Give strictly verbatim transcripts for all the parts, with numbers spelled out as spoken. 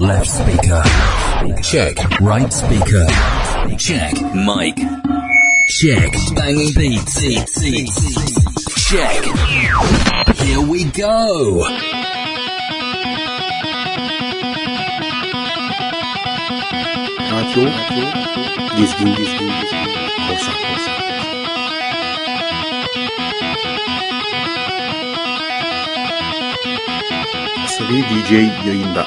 Left speaker. Check. Right speaker. Check. Mic. Check. Banging beats. Check. Here we go. Radyo, dizgin, dizgin, dizgin, korsan, korsan. Asabi D J yayında.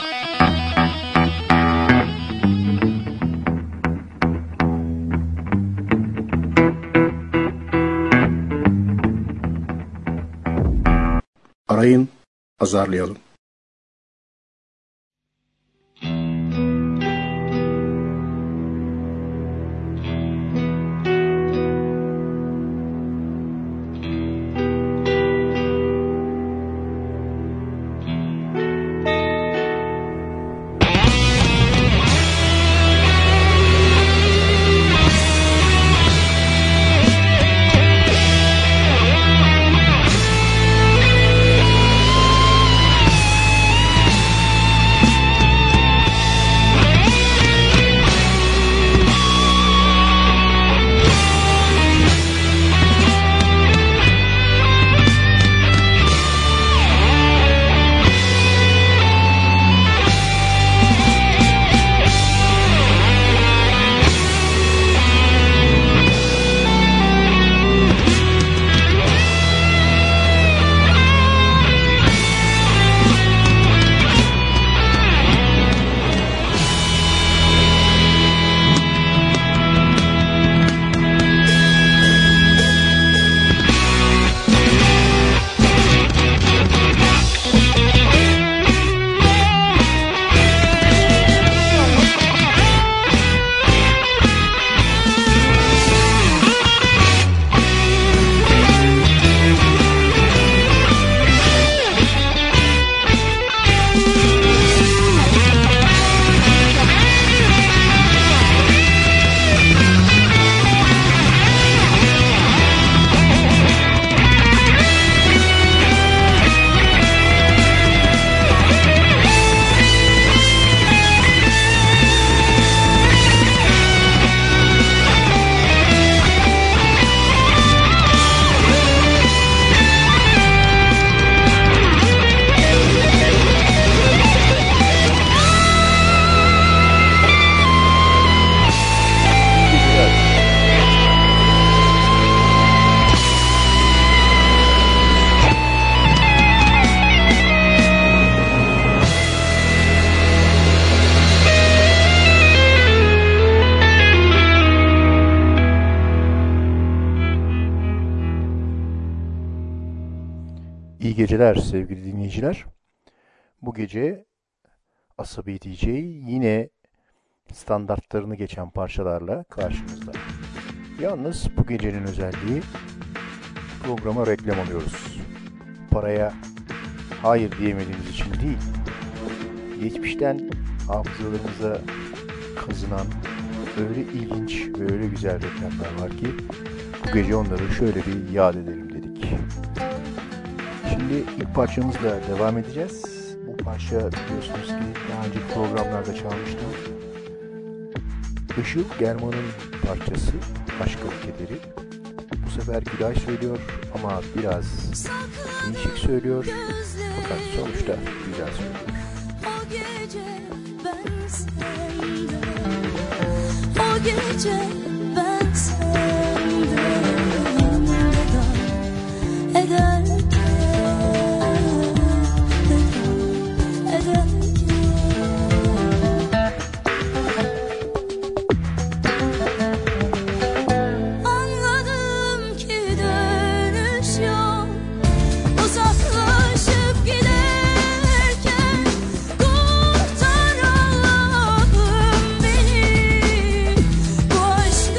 Arayın, azarlayalım. İyi geceler sevgili dinleyiciler. Bu gece Asabi D J yine standartlarını geçen parçalarla karşınızda. Yalnız bu gecenin özelliği, programa reklam alıyoruz. Paraya hayır diyemediğimiz için değil, geçmişten hafızalarımıza kazınan öyle ilginç ve öyle güzel reklamlar var ki bu gece onları şöyle bir yad edelim dedik. Şimdi ilk parçamızla devam edeceğiz. Bu parça biliyorsunuz ki daha önceki programlarda çalmıştım. Işıl German'ın parçası Aşkın Kederi. Bu sefer Gülay söylüyor ama biraz değişik söylüyor. Fakat sonuçta güzel söylüyor. O gece ben sende, o gece ben sende veda ederken, veda ederken anladım ki dönüş yok, uzaklaşıp giderken kurtar Allah'ım beni bu aşk.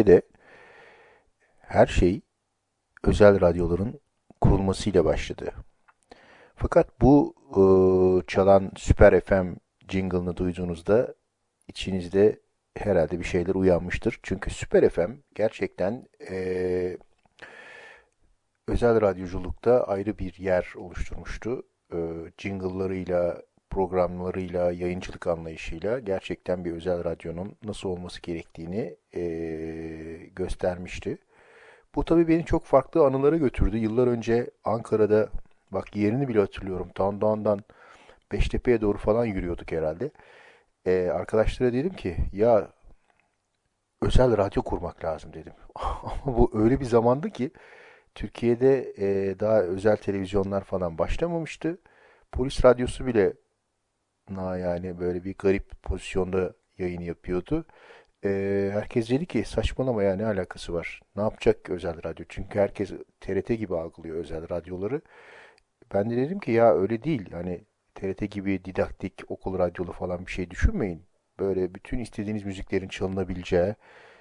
Türkiye'de her şey özel radyoların kurulmasıyla başladı. Fakat bu e, çalan Süper F M jingle'ını duyduğunuzda içinizde herhalde bir şeyler uyanmıştır. Çünkü Süper F M gerçekten e, özel radyoculukta ayrı bir yer oluşturmuştu. E, jingle'larıyla, programlarıyla, yayıncılık anlayışıyla gerçekten bir özel radyonun nasıl olması gerektiğini e, göstermişti. Bu tabii beni çok farklı anılara götürdü. Yıllar önce Ankara'da, bak yerini bile hatırlıyorum. Tandoğan'dan Beştepe'ye doğru falan yürüyorduk herhalde. Ee, arkadaşlara dedim ki ya özel radyo kurmak lazım dedim. Ama bu öyle bir zamandı ki Türkiye'de e, daha özel televizyonlar falan başlamamıştı. Polis radyosu bile na yani böyle bir garip pozisyonda yayın yapıyordu. Ee, herkes dedi ki saçmalama ya ne alakası var? Ne yapacak ki özel radyo? Çünkü herkes T R T gibi algılıyor özel radyoları. Ben de dedim ki ya öyle değil. Hani T R T gibi didaktik, okul radyolu falan bir şey düşünmeyin. Böyle bütün istediğiniz müziklerin çalınabileceği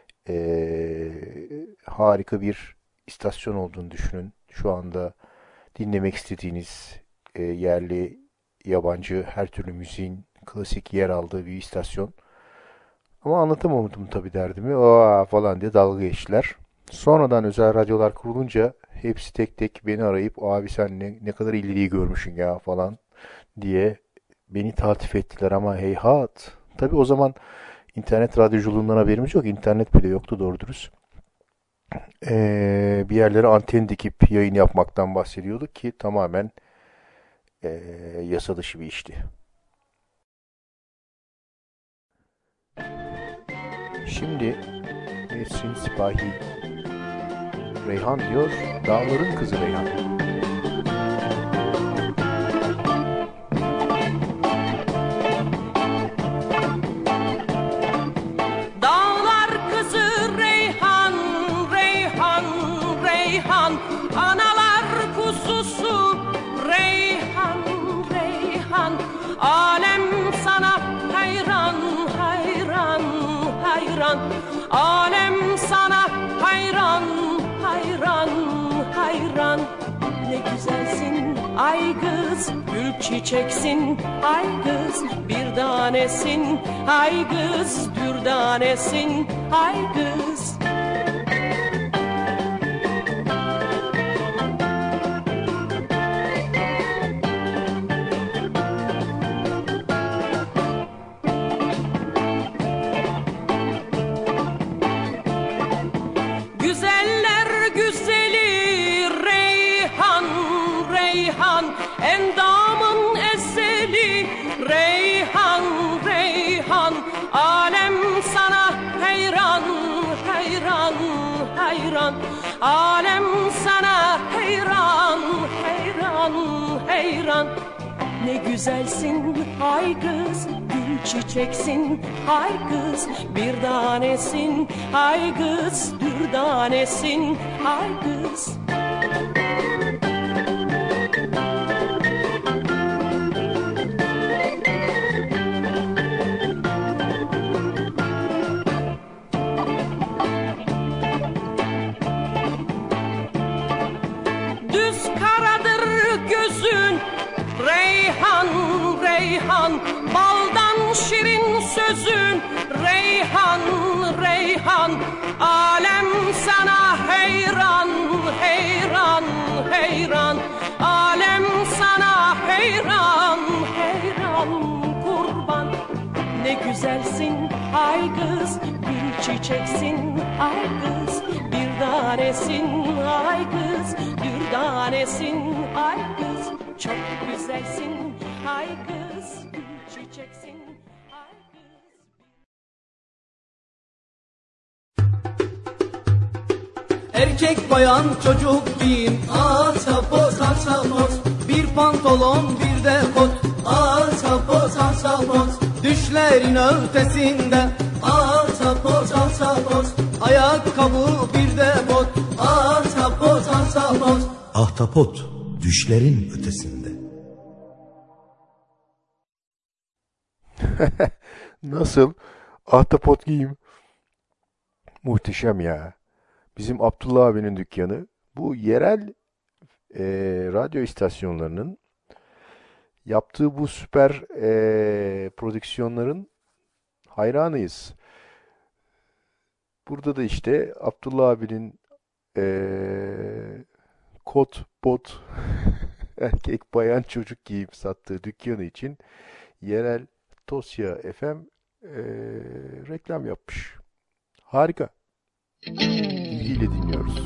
ee, harika bir istasyon olduğunu düşünün. Şu anda dinlemek istediğiniz e, yerli, yabancı her türlü müziğin klasik yer aldığı bir istasyon. Ama anlatamadım tabii derdimi. Aa falan diye dalga geçtiler. Sonradan özel radyolar kurulunca hepsi tek tek beni arayıp abi sen ne, ne kadar ileriyi görmüşsün ya falan diye beni taltif ettiler ama heyhat. Tabii o zaman internet radyoculuğundan haberimiz yok. İnternet bile yoktu doğru dürüst. Ee, bir yerlere anten dikip yayın yapmaktan bahsediyorduk ki tamamen ee, yasa dışı bir işti. Şimdi Nesrin Sipahi Reyhan diyor, dağların kızı Reyhan. Dağlar kızı Reyhan, Reyhan, Reyhan, analar kuzusu Reyhan, Reyhan, alem sana hayran, hayran, hayran, alem sana hayran, hayran, hayran. Ne güzelsin ay kız, gül çiçeksin ay kız, bir tanesin ay kız, dürdanesin ay kız. Güzeller güzeli Reyhan, Reyhan, endamın ezeli Reyhan, Reyhan, alem sana hayran, hayran, hayran, alem sana hayran, hayran, hayran. Ne güzelsin ay kız, gül çiçeksin ay kız, bir tanesin ay kız, dürdanesin ay kız. Düz karadır gözün Reyhan, Reyhan, baldan şirin sözün Reyhan, Reyhan, alem sana hayran, hayran, hayran, alem sana hayran, hayran, kurban. Ne güzelsin ay kız, gül çiçeksin ay kız, bir tanesin ay kız, dürdanesin ay kız. Çok güzelsin ay kız, gül çiçeksin ay kız. Erkek bayan çocuk giyin, atapot atapot, bir pantolon bir de kot, atapot atapot, düşlerin ötesinde, atapot atapot, ayakkabı bir de bot, atapot atapot. Ahtapot düşlerin ötesinde. Nasıl? Ahtapot giyeyim. Muhteşem ya. Bizim Abdullah abinin dükkanı. Bu yerel e, radyo istasyonlarının yaptığı bu süper e, prodüksiyonların hayranıyız. Burada da işte Abdullah abinin e, kot, bot, erkek, bayan, çocuk giyip sattığı dükkanı için yerel Tosya F M e, reklam yapmış. Harika. İlgiyle dinliyoruz.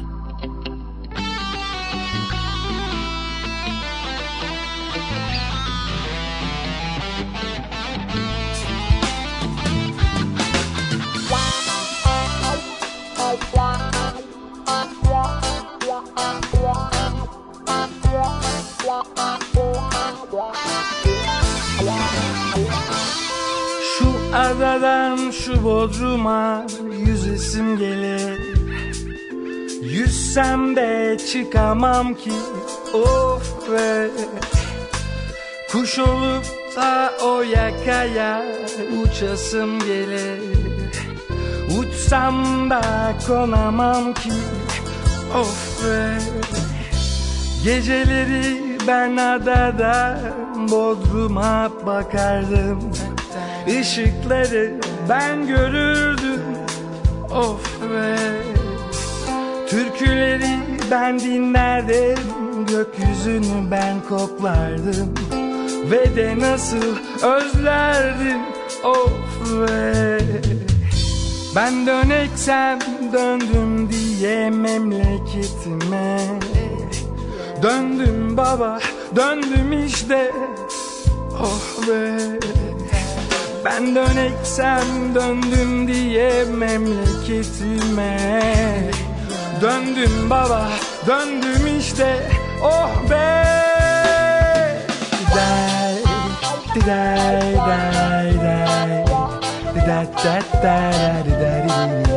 Şu adadan şu Bodrum'a yüzesim gelir. Yüzsem de çıkamam ki of be. Kuş olup da o yakaya uçasım gelir. Uçsam da konamam ki of be. Geceleri ben adada Bodrum'a bakardım. Işıkları ben görürdüm of be. Türküleri ben dinlerdim, gökyüzünü ben koklardım. Ve de nasıl özlerdim of be. Ben döneksem döndüm diye memleketime. Döndüm baba, döndüm işte oh be. Ben döneksem döndüm diye memleketime. Döndüm baba, döndüm işte oh be. Day, day, day, day. Da da da da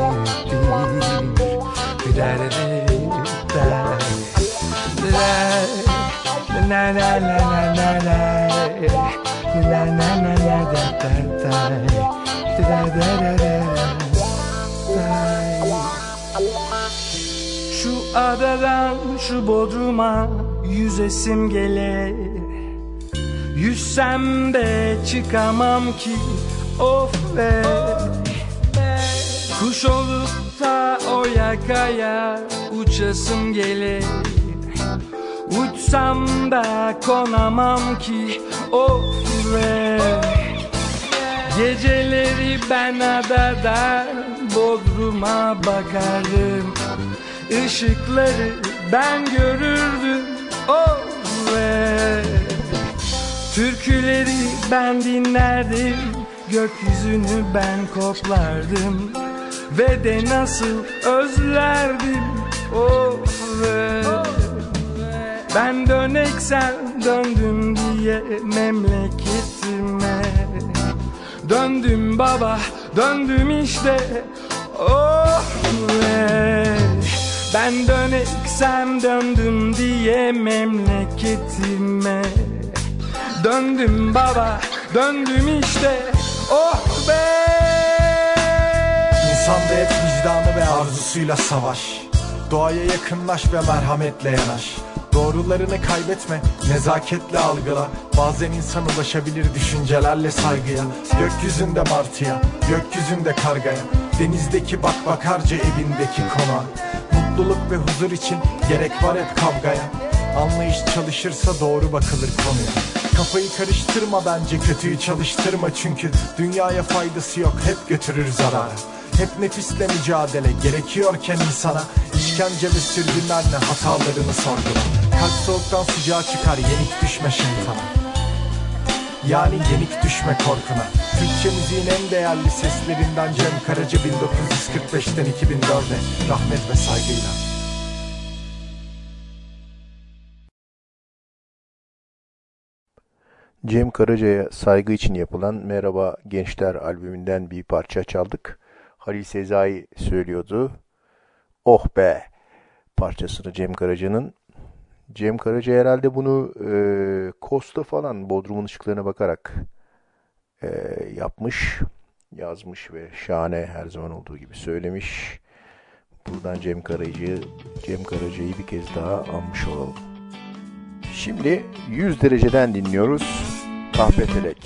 da da. La la la la la la la la la la da da da da da da da. Şu adadan şu Bodrum'a yüzesim gelir. Yüzsem de çıkamam ki of be. Kuş olup da o yakaya uçasım gelir. Uçsam da konamam ki of be. Geceleri ben adada Bodrum'a bakardım. Işıkları ben görürdüm of be. Türküleri ben dinlerdim, gökyüzünü ben koklardım. Ve de nasıl özlerdim of be. Ben döneksem döndüm diye memleketime. Döndüm baba, döndüm işte oh be. Ben döneksem döndüm diye memleketime. Döndüm baba, döndüm işte oh be. İnsanda hep vicdanı ve arzusuyla savaş. Doğaya yakınlaş ve merhametle yanaş. Doğrularını kaybetme, nezaketle algıla. Bazen insan ulaşabilir düşüncelerle saygıya. Gökyüzünde martıya, gökyüzünde kargaya. Denizdeki bak bakarca evindeki konağa. Mutluluk ve huzur için gerek var hep kavgaya. Anlayış çalışırsa doğru bakılır konuya. Kafayı karıştırma bence, kötüyü çalıştırma. Çünkü dünyaya faydası yok, hep götürür zarara. Hep nefisle mücadele gerekiyorken insana. İşkence ve sürgünlerle hatalarını sorgula. Kalp soğuktan sıcağa çıkar, yenik düşme şeytana. Yani yenik düşme korkuna. Türkçe müziğin en değerli seslerinden Cem Karaca bin dokuz yüz kırk beşten iki bin dörde rahmet ve saygıyla. Cem Karaca'ya saygı için yapılan Merhaba Gençler albümünden bir parça çaldık. Halil Sezai söylüyordu. Oh be parçasını Cem Karaca'nın. Cem Karaca herhalde bunu e, Kosta falan Bodrum'un ışıklarına bakarak e, yapmış, yazmış ve şahane her zaman olduğu gibi söylemiş. Buradan Cem Karaca'yı Cem Karaca'yı bir kez daha anmış olalım. Şimdi yüz dereceden dinliyoruz. Kahpefelek.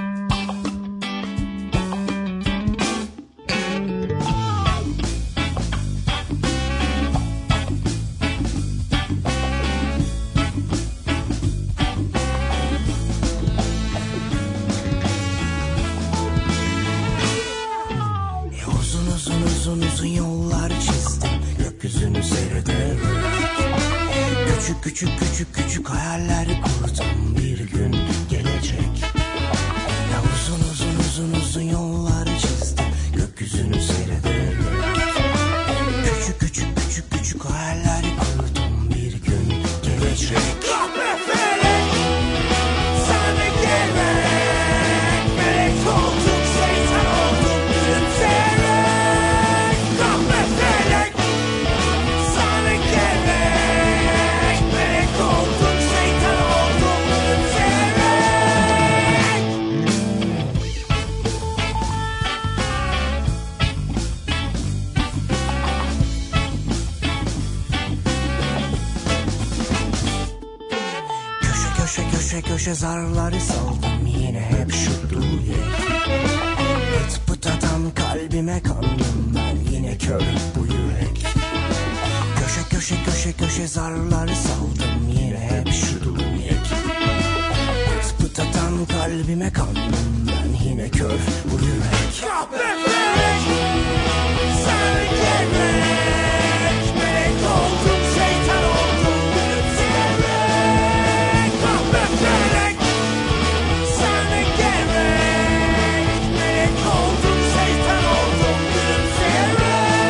Uzun uzun yollar çizdim gökyüzünü seyrederek. Küçük küçük küçük küçük hayaller kurdum, bir gün gelecek. Ya uzun uzun uzun uzun yollar çizdim gökyüzünü seyrederek. Küçük küçük küçük küçük hayaller kurdum, bir gün gelecek. Kahpefelek, sana gelmek, melek olduk, şeytan olduk, gülümseyerek. Köşe köşe zarları saldım, yine hep şu duye. Pıt pıt atan kalbime kandım ben, yine kör bu yürek. Köşe köşe köşe köşe zarları saldım, yine hep şu duye. Pıt pıt atan kalbime kandım ben, yine kör bu yürek. Kahpefelek, sana gelmek, melek oldum, şeytan oldum, gülümseyerek. Kahpefelek, sana gelmek, melek oldum, şeytan oldum, gülümseyerek.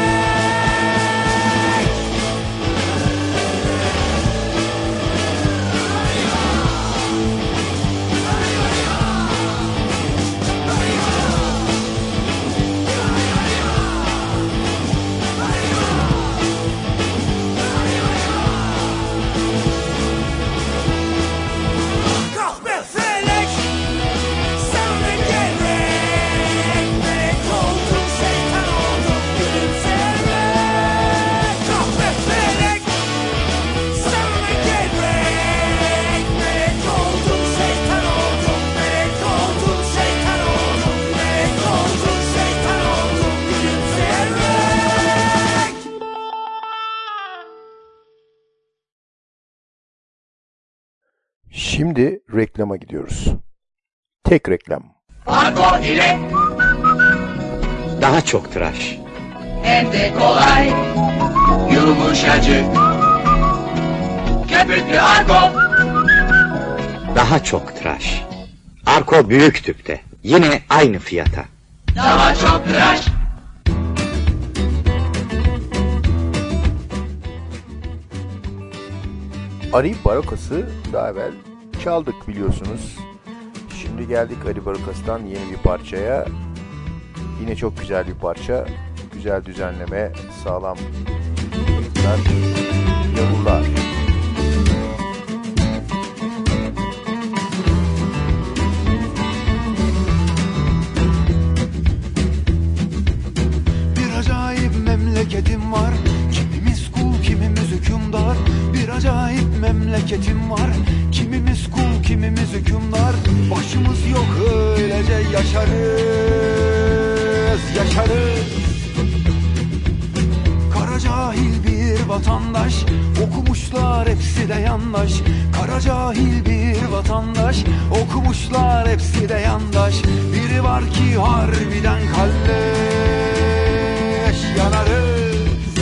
Şimdi reklama gidiyoruz. Tek reklam. Argo ile daha çok tıraş. Hem de kolay, yumuşacık. Köpüklü Argo. Daha çok tıraş. Argo büyük tüpte. Yine aynı fiyata. Daha çok tıraş. Ali Barakas'ı daha evvel çaldık biliyorsunuz. Şimdi geldik Ali Barakas'tan yeni bir parçaya. Yine çok güzel bir parça. Güzel düzenleme, sağlam yavrular. Bir acayip memleketim var. Kimimiz kul, kimimiz hükümdar. Bir acayip memleketim var. Kimimiz kul, kimimiz hükümdar. Başımız yok, öylece yaşarız, yaşarız. Kara cahil bir vatandaş, okumuşlar hepsi de yandaş. Kara cahil bir vatandaş, okumuşlar hepsi de yandaş. Biri var ki harbiden kalleş, yanarız.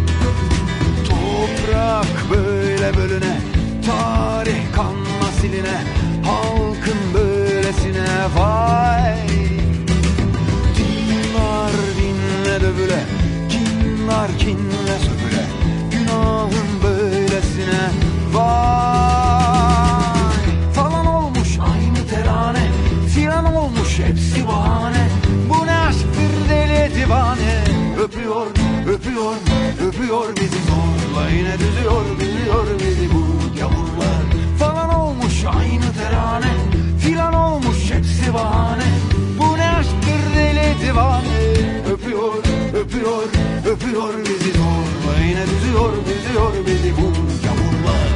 Toprak böyle bölüne, tarih kanla siline, halkın böylesine vay. Dinler dinle dövüle, kinler kinle söküle, günahın böylesine vay. Falan olmuş aynı terane, filan olmuş hepsi bahane. Bu ne aşktır deli divane. Öpüyor, öpüyor, öpüyor bizi zorla, yine düzüyor, biliyor bizi bu gavurlar. Falan olmuş aynı terane, filan olmuş hepsi bahane. Bu ne aşktır deli divane. Öpüyor, öpüyor, öpüyor bizi zorla. düzüyor, düzüyor bizi bu yağmurlar.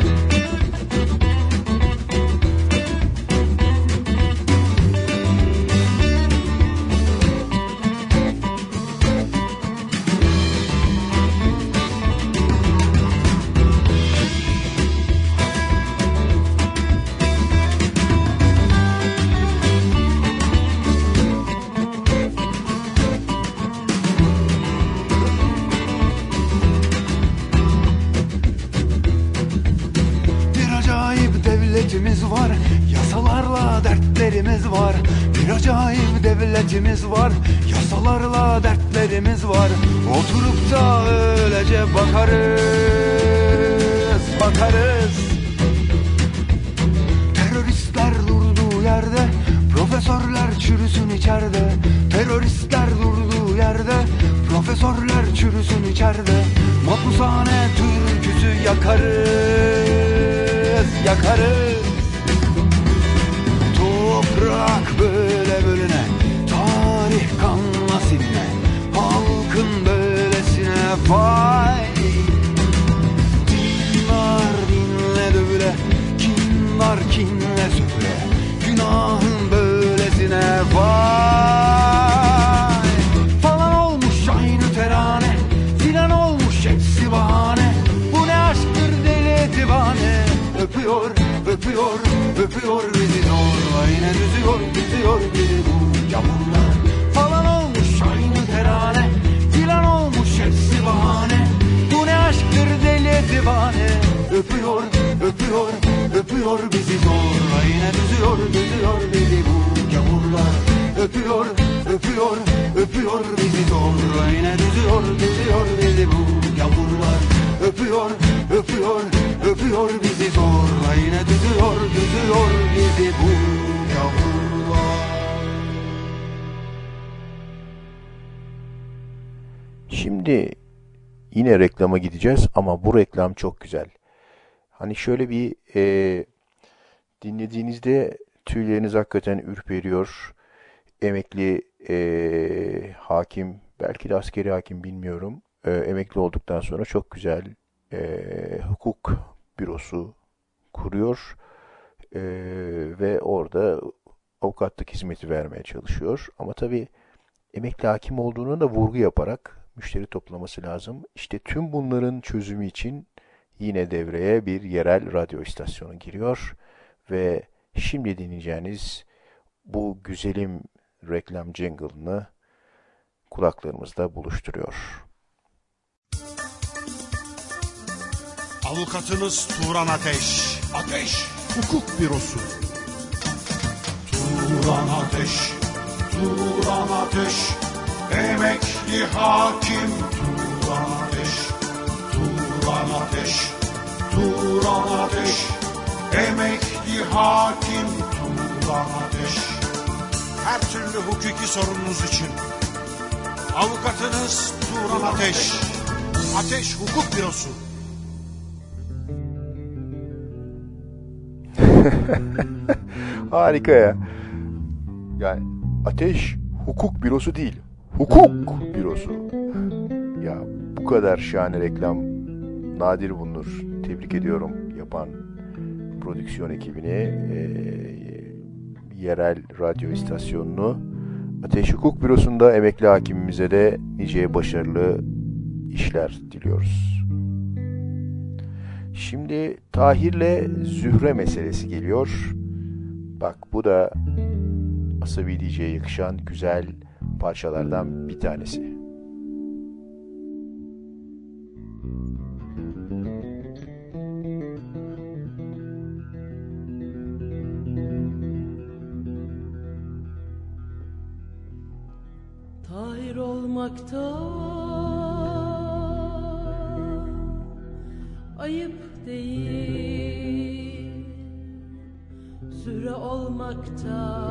Devletimiz var, yasalarla dertlerimiz var. Bir acayip devletimiz var, yasalarla dertlerimiz var. Oturup da öylece bakarız, bakarız. Teröristler durduğu yerde, profesörler çürüsün içeride. Teröristler durduğu yerde, profesörler çürüsün içeride. Mapushane türküsü yakarız, yakarız. Toprak böyle bölüne, tarih kanla siline, halkın böylesine vay. Dinler dinle dövüle, kinler kinle sövüle, günahın böylesine vay. Falan olmuş aynı terane, filan olmuş hepsi bahane. Bu ne aşktır deli divane. Öpüyor, öpüyor, öpüyor bizi zorla. Yine düzüyor, düzüyor bizi bu yağmurlar. Falan olmuş aynı terane, filan olmuş hepsi bahane. Bu ne aşktır deli divane. Öpüyor, öpüyor, öpüyor bizi zorla. Yine düzüyor, düzüyor bizi bu yağmurlar. Öpüyor, öpüyor, öpüyor bizi zorla. Yine düzüyor, düzüyor bizi bu yağmurlar. Öpüyor, öpüyor, öpüyor bizi zorla. Yine düzüyor, düzüyor bizi bu yağmurlar. Şimdi yine reklama gideceğiz ama bu reklam çok güzel. Hani şöyle bir e, dinlediğinizde tüyleriniz hakikaten ürperiyor. Emekli e, hakim, belki de askeri hakim bilmiyorum. E, emekli olduktan sonra çok güzel e, hukuk bürosu kuruyor e, ve orada avukatlık hizmeti vermeye çalışıyor. Ama tabii emekli hakim olduğunu da vurgu yaparak müşteri toplaması lazım. İşte tüm bunların çözümü için yine devreye bir yerel radyo istasyonu giriyor ve şimdi dinleyeceğiniz bu güzelim reklam jingle'ını kulaklarımızda buluşturuyor. Avukatınız Turan Ateş. Ateş Hukuk Bürosu. Turan Ateş, Turan Ateş, emekli hakim. Turan Ateş, Turan Ateş, Turan Ateş, emekli hakim. Turan Ateş. Her türlü hukuki sorununuz için avukatınız Turan Ateş. Ateş Hukuk Bürosu. Harika ya. Yani Ateş Hukuk Bürosu değil, Hukuk Bürosu. Ya bu kadar şahane reklam nadir bulunur. Tebrik ediyorum yapan prodüksiyon ekibini, e, yerel radyo istasyonunu. Ateş Hukuk Bürosu'nda emekli hakimimize de nice başarılı işler diliyoruz. Şimdi Tahir'le Zühre meselesi geliyor. Bak bu da Asabi D J'ye yakışan güzel parçalardan bir tanesi. Tahir olmakta ayıp değil, Zühre olmakta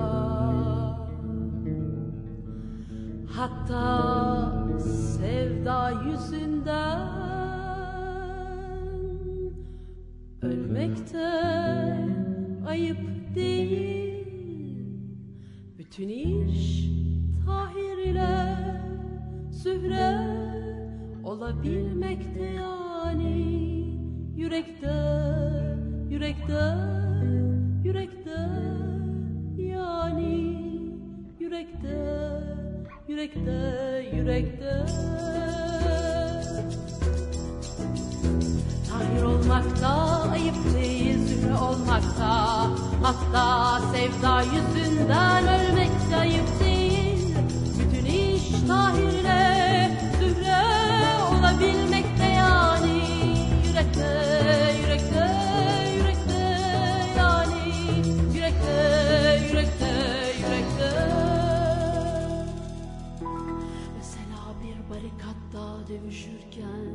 hatta sevda yüzünden ölmekte ayıp değil. Bütün iş Tahir ile Zühre olabilmekte yani. yürekte, yürekte, yürekte, yani yürekte, yürekte, yürekte. Tahir olmakta ayıp değil, zühre olmakta, hatta sevda yüzünden ölmek de ayıp değil. Bütün iş Tahir'le zühre olabilmekte, yani yürekte, yürekte, yürekte, yani yürekte, yürekte, yürekte. Mesela bir barikatta dövüşürken,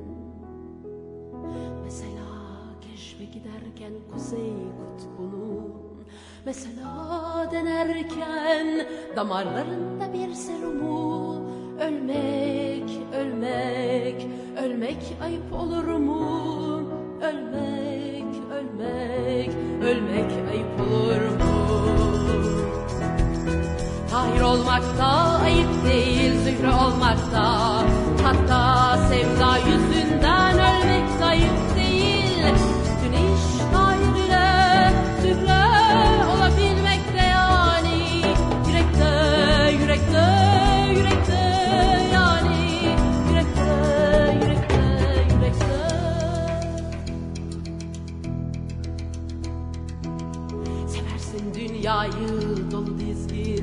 mesela keşfe giderken kuzey kutbunu, mesela denerken damarlarında bir serumu, ölmek, ölmek, ölmek ayıp olur mu? Ölmek, ölmek, ölmek ayıp olur mu? Tahir olmakta ayıp değil, zühre olmakta, hatta sevda yüzünden ölmek de ayıp değil. Bütün iş Tahir'le zühre olabilmekte, yani yürekte, yürekte, yürekte, yani yürekte, yürekte, yürekte. Seversin dünyayı dolu dizgin,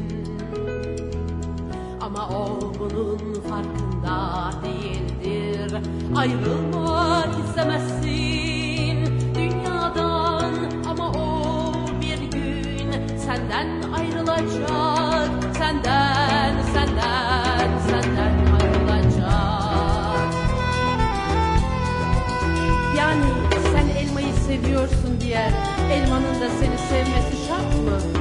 ama o bunun farkında değildir. Ayrılmak istemezsin dünyadan, ama o bir gün senden ayrılacak. Senden, senden, senden ayrılacak. Yani sen elmayı seviyorsun diye elmanın da seni sevmesi şart mı?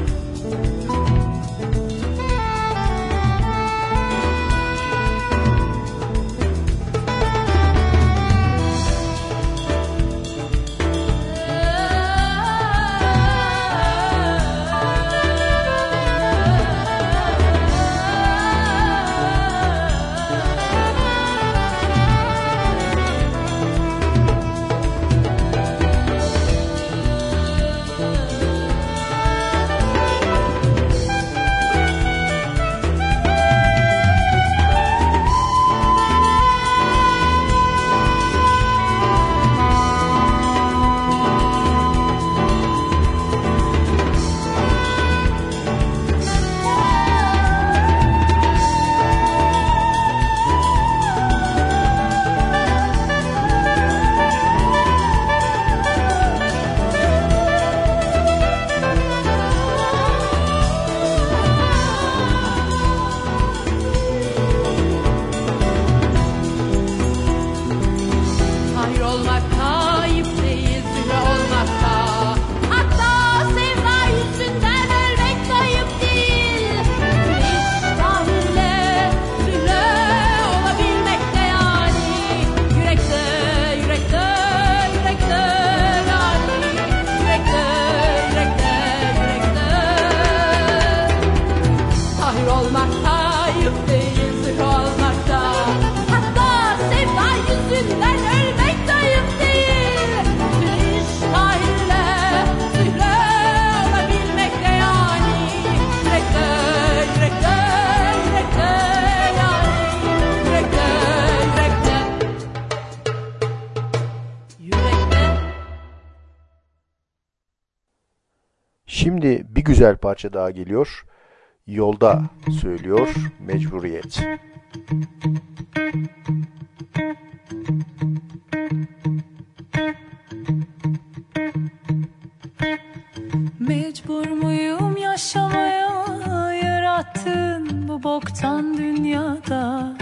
Şimdi bir güzel parça daha geliyor. Yolda söylüyor Mecburiyet. Mecbur muyum yaşamaya, yarattın bu boktan dünyada?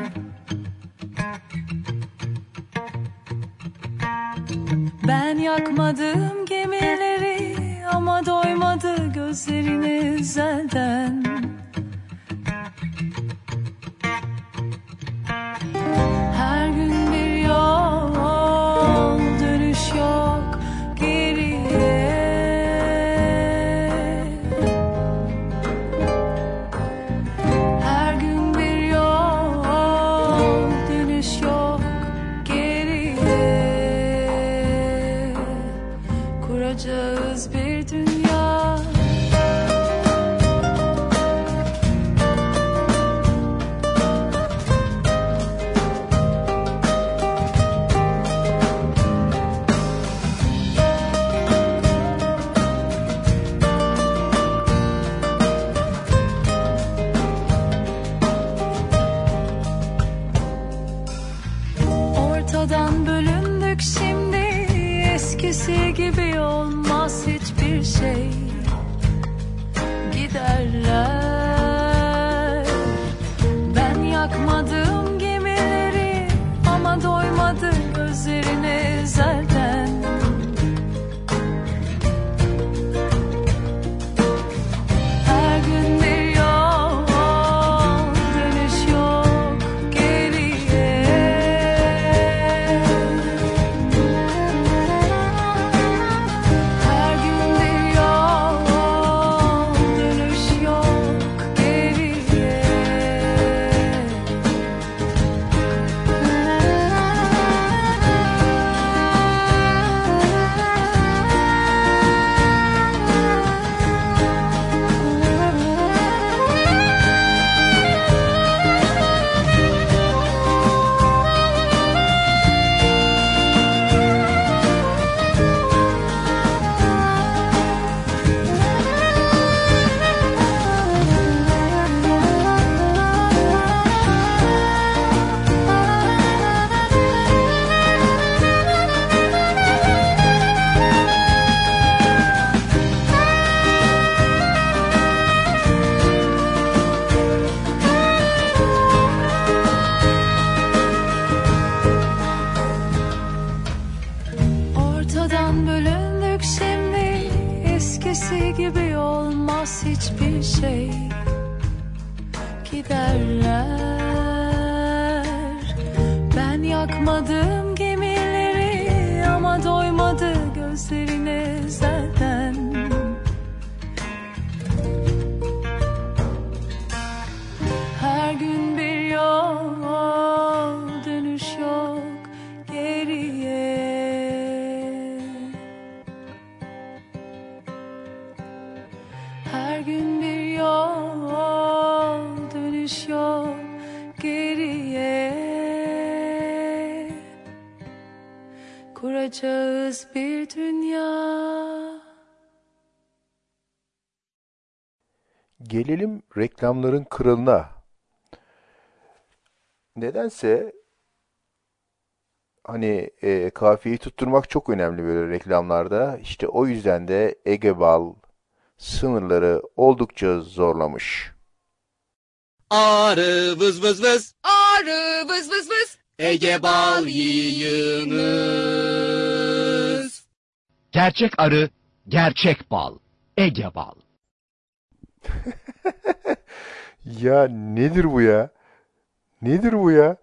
Ben yakmadım gemileri, ama doymadı gözlerini ezelden. Her gün bir yol, dönüş yok geriye. Her gün bir yol, dönüş yok geriye. kuracağız bir dünya. Ortadan bölündük şimdi, eskisi gibi olmaz hiçbir şey. Giderler. Ben yakmadım gemileri ama doymadı gözlerine zaten. Her gün bir yol, dönüş yok geriye. Her gün bir yol, dönüş yok geriye. Ortadan bölündük şimdi, eskisi gibi olmaz hiçbir şey. Giderler. Ben yakmadım gemileri ama doymadı gözlerine zaten. Her gün bir yol, dönüş yok geriye. Her gün bir yol, dönüş yok geriye. Kuracağız bir dünya. Gelelim reklamların kralına. Nedense hani e, kafiyeyi tutturmak çok önemli böyle reklamlarda. İşte o yüzden de Ege Bal sınırları oldukça zorlamış. Arı vız vız vız, arı vız vız vız, Ege bal yiyiniz. Gerçek arı, gerçek bal. Ege Bal. Ya nedir bu ya? Nedir bu ya?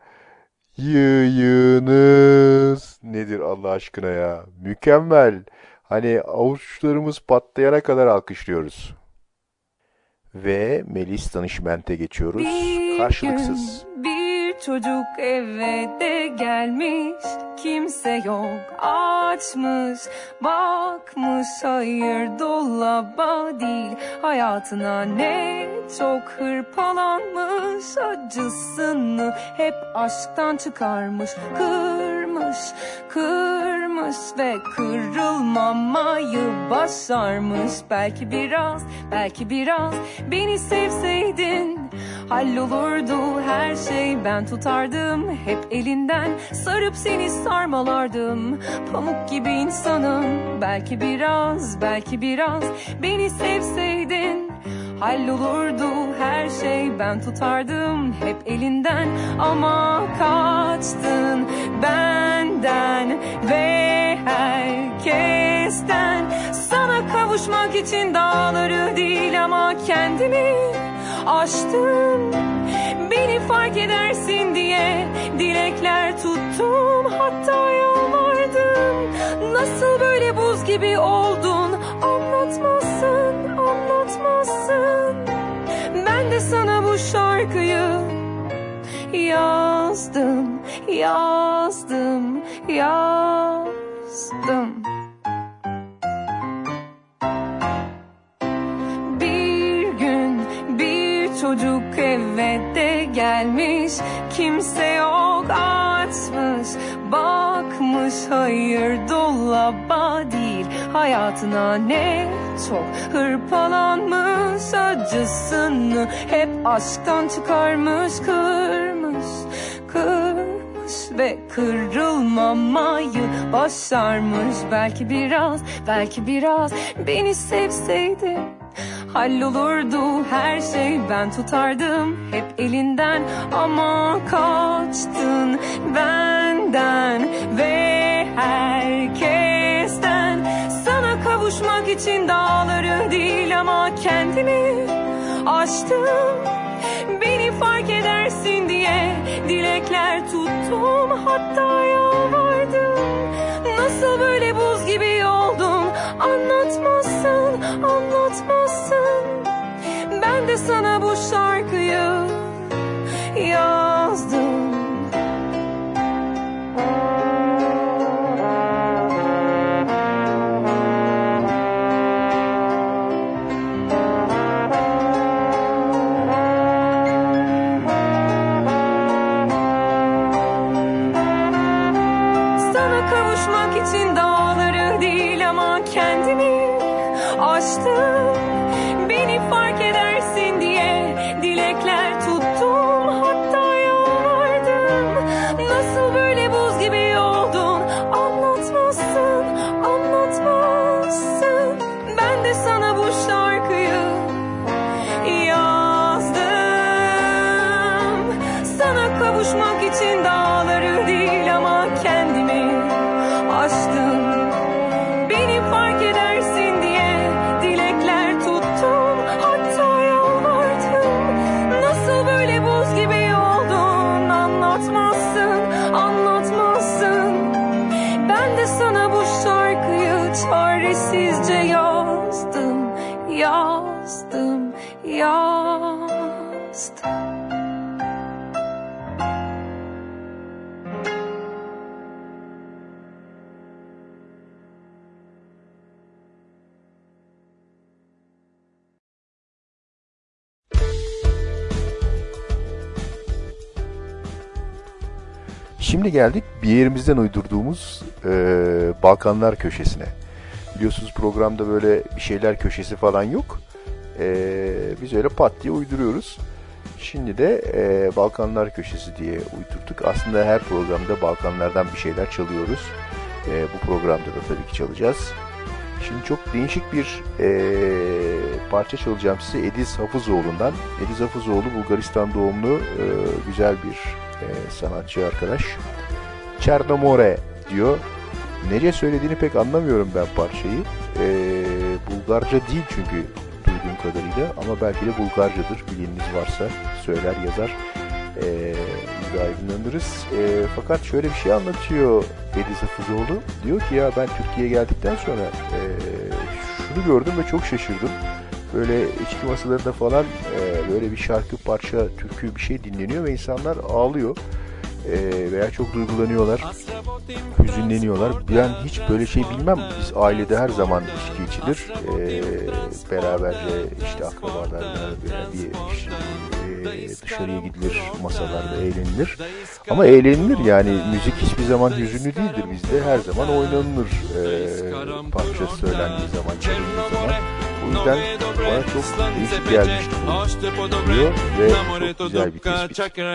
Yiyiniz. Nedir Allah aşkına ya? Mükemmel. Hani avuçlarımız patlayana kadar alkışlıyoruz. Ve Melis Danışment'e geçiyoruz. Bir Karşılıksız. gün bir çocuk eve de gelmiş, kimse yok, açmış, bakmış, hayır dolaba değil, hayatına ne çok hırpalanmış, acısını hep aşktan çıkarmış, kırmış, kırmış ve kırılmamayı başarmış. Belki biraz, belki biraz beni sevseydin, hallolurdu her şey, ben tutardım hep elinden, sarıp seni sarmalardım, pamuk gibi insanım. Belki biraz, belki biraz beni sevseydin, hallolurdu her şey, ben tutardım hep elinden. Ama kaçtın benden ve herkesten, sana kavuşmak için dağları değil ama kendimi aştım. Beni fark edersin diye dilekler tuttum, hatta yalvardım. Nasıl böyle buz gibi oldun, anlatmazsın, anlatmazsın. Ben de sana bu şarkıyı yazdım, yazdım, yazdım. çocuk eve de gelmiş, kimse yok, açmış bakmış, hayır dolaba değil hayatına, ne çok hırpalanmış, acısını hep aşktan çıkarmış, kırmış kırmış ve kırılmamayı başarmış. Belki biraz, belki biraz beni sevseydi hallolurdu her şey, ben tutardım hep elinden, ama kaçtın benden ve herkesten. Sana kavuşmak için dağları değil ama kendimi aştım, beni fark edersin diye dilekler tuttum, hatta yalvardım. Nasıl böyle buz gibi oldun, anlatmazsın, anlatmazsın. Ben de sana bu şarkıyı yazdım. Sana kavuşmak için dağları değil ama kendimi aştım, beni fark edersin diye dilekler tuttum, hatta yalvardım. Nasıl böyle buz gibi oldun, anlatmazsın, anlatmazsın. Ben de sana bu şarkıyı yazdım. Sana kavuşmak için dağları değil ama kendimi aştım, beni fark edersin diye dilekler tuttum, hatta yalvardım. Nasıl böyle buz gibi oldun, anlatmazsın, anlatmazsın. Ben de sana bu şarkıyı çaresizce yazdım, yazdım, yazdım. Şimdi geldik bir yerimizden uydurduğumuz e, Balkanlar köşesine. Biliyorsunuz programda böyle bir şeyler köşesi falan yok. E, biz öyle pat diye uyduruyoruz. Şimdi de e, Balkanlar köşesi diye uydurduk. Aslında her programda Balkanlardan bir şeyler çalıyoruz. E, bu programda da tabii ki çalacağız. Şimdi çok değişik bir e, parça çalacağım size Ediz Hafızoğlu'ndan. Ediz Hafızoğlu Bulgaristan doğumlu e, güzel bir e, sanatçı arkadaş. Çernomore diyor. Nece söylediğini pek anlamıyorum ben parçayı. E, Bulgarca değil çünkü duyduğum kadarıyla, ama belki de Bulgarcadır. Bileniniz varsa söyler yazar. E, biz de aydınlanırız. E, fakat şöyle bir şey anlatıyor Ediz Hafızoğlu. Diyor ki ya ben Türkiye'ye geldikten sonra e, şunu gördüm ve çok şaşırdım. Böyle içki masalarında falan e, böyle bir şarkı, parça, türkü bir şey dinleniyor ve insanlar ağlıyor. E, veya çok duygulanıyorlar, hüzünleniyorlar. Ben hiç böyle şey bilmem. Biz ailede her zaman içki içilir. E, beraberce işte akrabalarla bir işte, e, dışarıya gidilir, masalarda eğlenilir. Ama eğlenilir yani, müzik hiçbir zaman hüzünlü değildir bizde. Her zaman oynanılır. E, parça söylendiği zaman, çalındığı zaman. O yüzden bana çok değişik gelmişti bu diyor ve çok güzel bir tespit.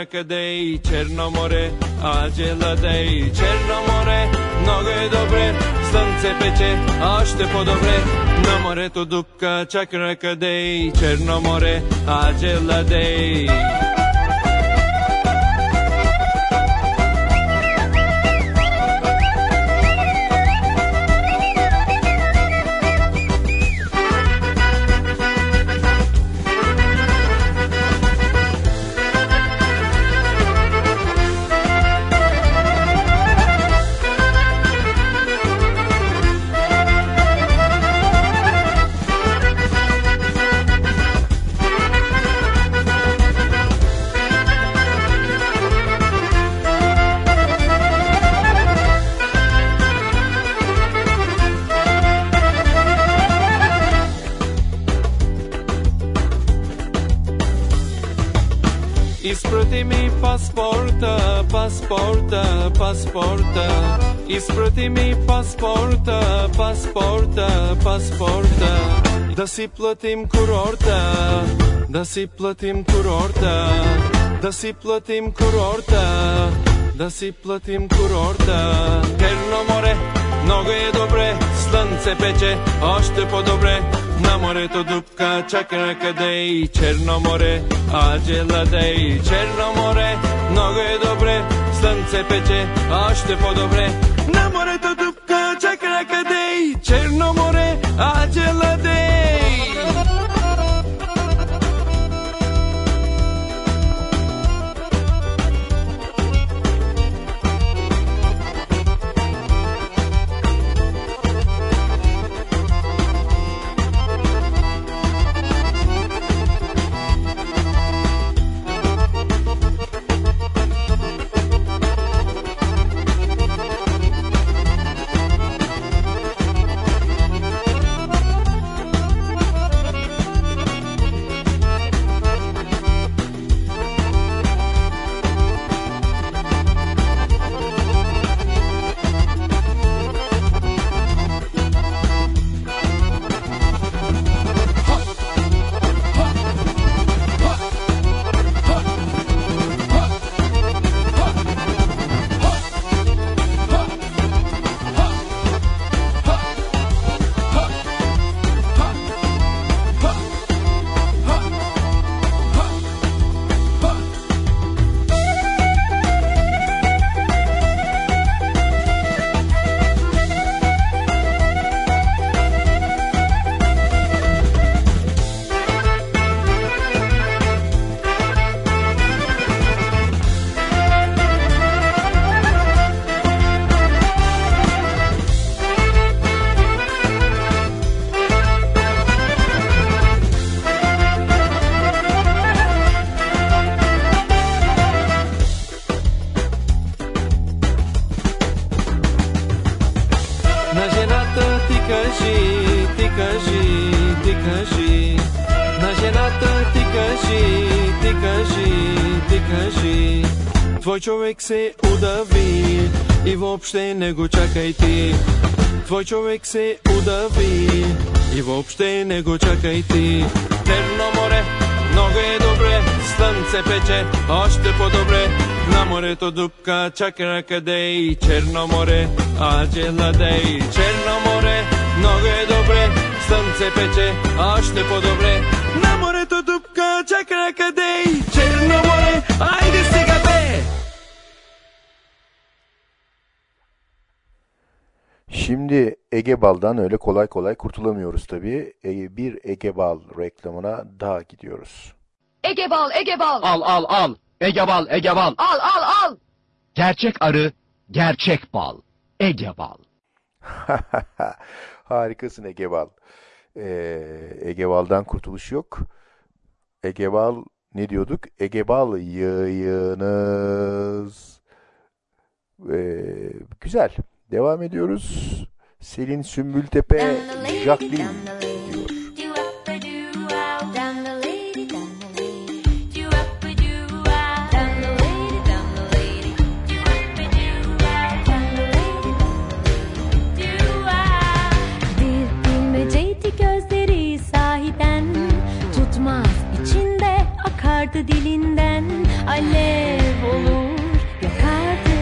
Černomore, Ađeladej, Černomore, mnogo je dobre, slnce peče, a što po dobre, na more to dupka, čakra kadej, Černomore, Ađeladej. pasporta, pasporta, pasporta. Isprati mi pasporta, pasporta, pasporta. Da si platim kurorta, da si platim kurorta, da si platim kurorta, da si platim kurorta. Черно море, много е добре, слънце пече, още по-добре. На морето дупка, чака къде. Черно море, аджела дей. Черно море, много е добре, слънце пече, още по-добре. На морето дупка, чака къде. Черно море, аджела дей. Твой човек се удави и въобще не го чакай ти. Твой човек се удави и въобще не го чакай ти. Черно море, много е добре, слънце пече, още по-добре. На морето дупка, чака къде. Черно море, аджела дей. Черно море, много е добре, слънце пече, още по-добре. На морето дупка, чака къде. Черно море, айде сега бе! Şimdi Ege Bal'dan öyle kolay kolay kurtulamıyoruz tabii. E, bir Ege Bal reklamına daha gidiyoruz. Ege Bal, Ege Bal. Al al al. Ege Bal, Ege Bal. Al al al. Gerçek arı, gerçek bal. Ege Bal. Harikasın Ege Bal. Ee, Ege Bal'dan kurtuluş yok. Ege Bal ne diyorduk? Ege Bal yayınız. Ee, güzel. Devam ediyoruz. Selin Sümbültepe, Jacqueline diyor. Bir bilmeceydi gözleri sahiden, tutmaz içinde akardı dilinden, alev olur yakardı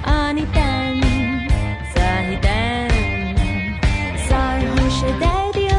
aniden. Sarhoş ederdi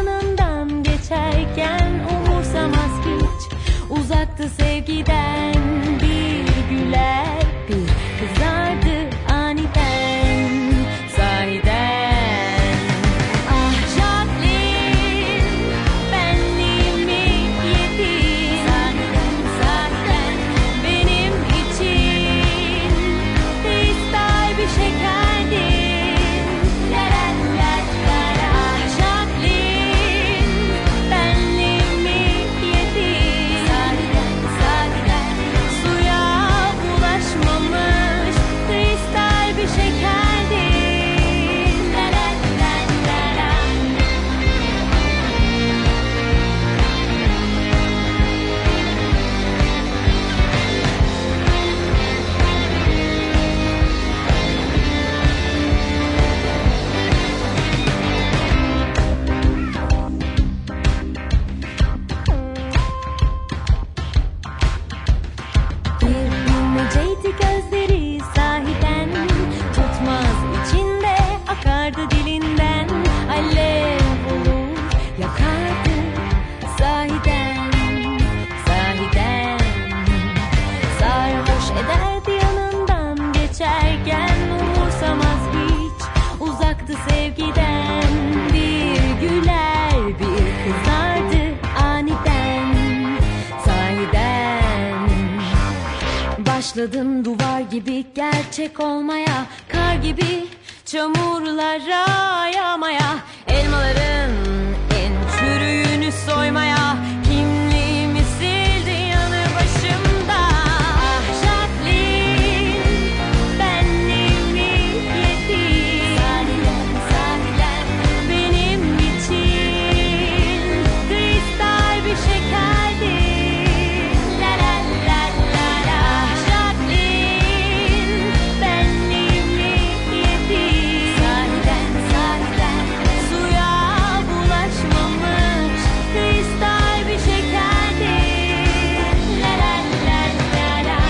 akardı dilinden. Alev olur yakardı sahiden, sahiden. Sarhoş ederdi yanından geçerken, umursamaz hiç, uzaktı sevgiden. Bir güler bir kızardı aniden, sahiden. Başladım duvar gibi gerçek olmaya, kar gibi çamurlara yağmaya, elmaların en çürüğünü soymaya. Kimliğimi sildi yanı başımda. Ah Jacqueline, benliğimi yedi. Sahiden, sahiden benim için kristal bir şekerdi. La la la la la. Ah Jacqueline, benliğimi yedi. Sahiden, sahiden suya bulaşmamış kristal bir şekerdi. La la la la la.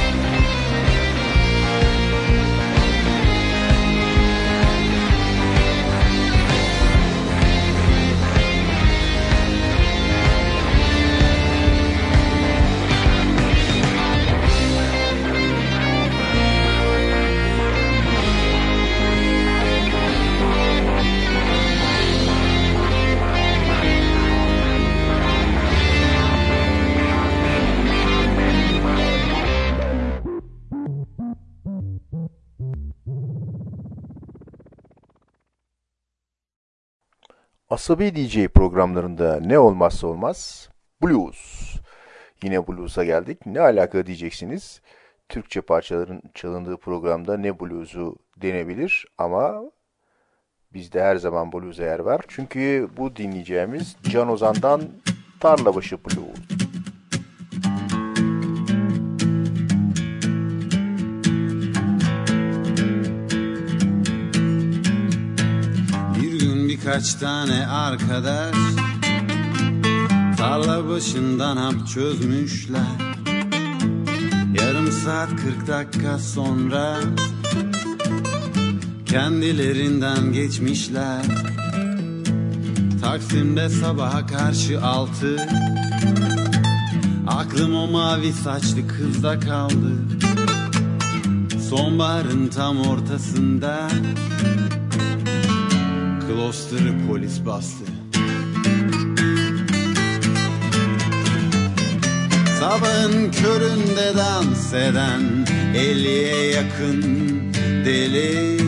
Asabi D J programlarında ne olmazsa olmaz? Blues. Yine blues'a geldik. Ne alaka diyeceksiniz? Türkçe parçaların çalındığı programda ne blues'u denebilir ama bizde her zaman blues'a yer var. Çünkü bu dinleyeceğimiz Can Ozan'dan Tarlabaşı Blues. Bir gün birkaç tane arkadaş tarla başından hap çözmüşler. Yarım saat kırk dakika sonra kendilerinden geçmişler. Taksim'de sabaha karşı altı, aklım o mavi saçlı kızda kaldı. Sonbaharın tam ortasında Kloster'ı polis bastı. Sabahın köründe dans eden elliye yakın deli,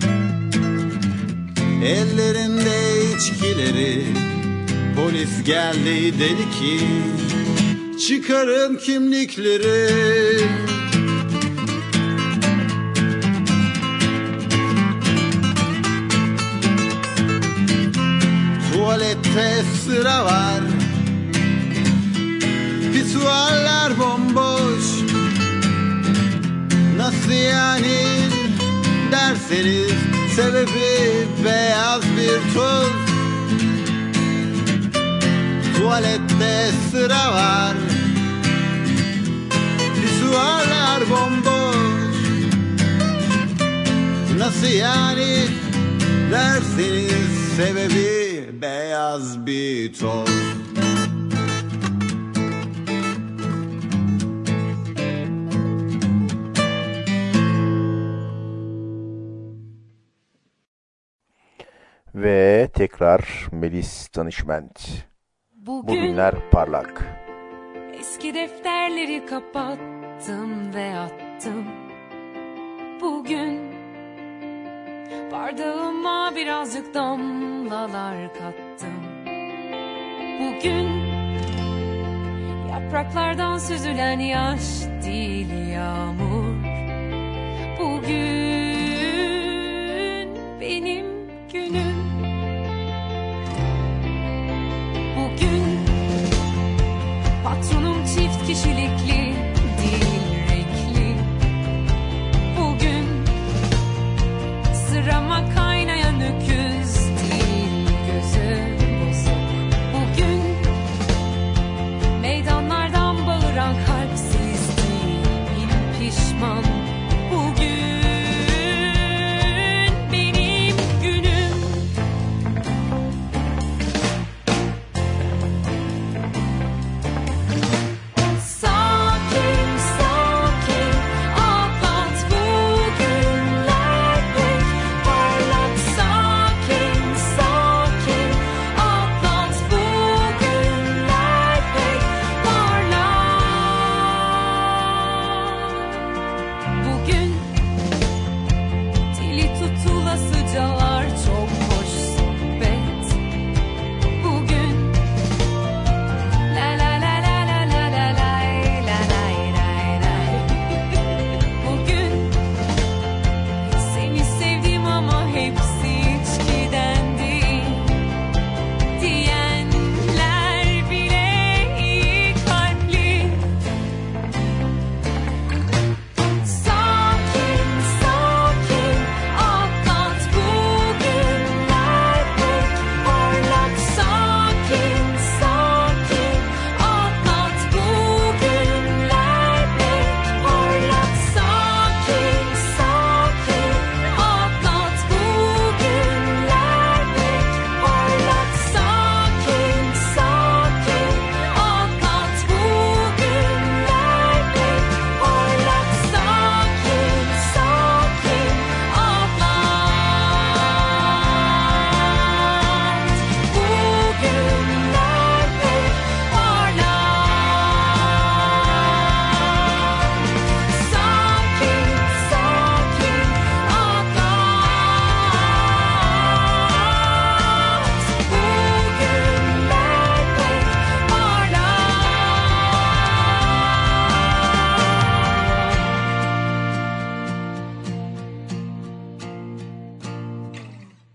ellerinde içkileri, polis geldi dedi ki çıkarın kimlikleri. Tuvalette sıra var, pisuarlar bomboş. Nasıl yani derseniz sebebi beyaz bir toz. Tuvalette sıra var, pisuarlar bomboş. Nasıl yani derseniz sebebi beyaz bir toz. Ve tekrar Melis Danışment. Bugün Bugünler parlak. eski defterleri kapattım ve attım. Bugün bardağıma birazcık damlalar kattım. Bugün yapraklardan süzülen yaş değil yağmur. Bugün benim günüm. Bugün patronum çift kişilikli değil renkli. Bugün sırama kaynayan öküz değil gözü bozuk. Bugün meydanlardan bağıran kalpsiz değil pişman. Bugün benim günüm.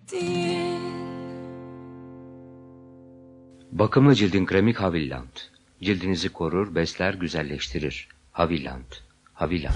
değil. Bakımlı cildin kremik Havilland. Cildinizi korur, besler, güzelleştirir. Havilland. Havilland.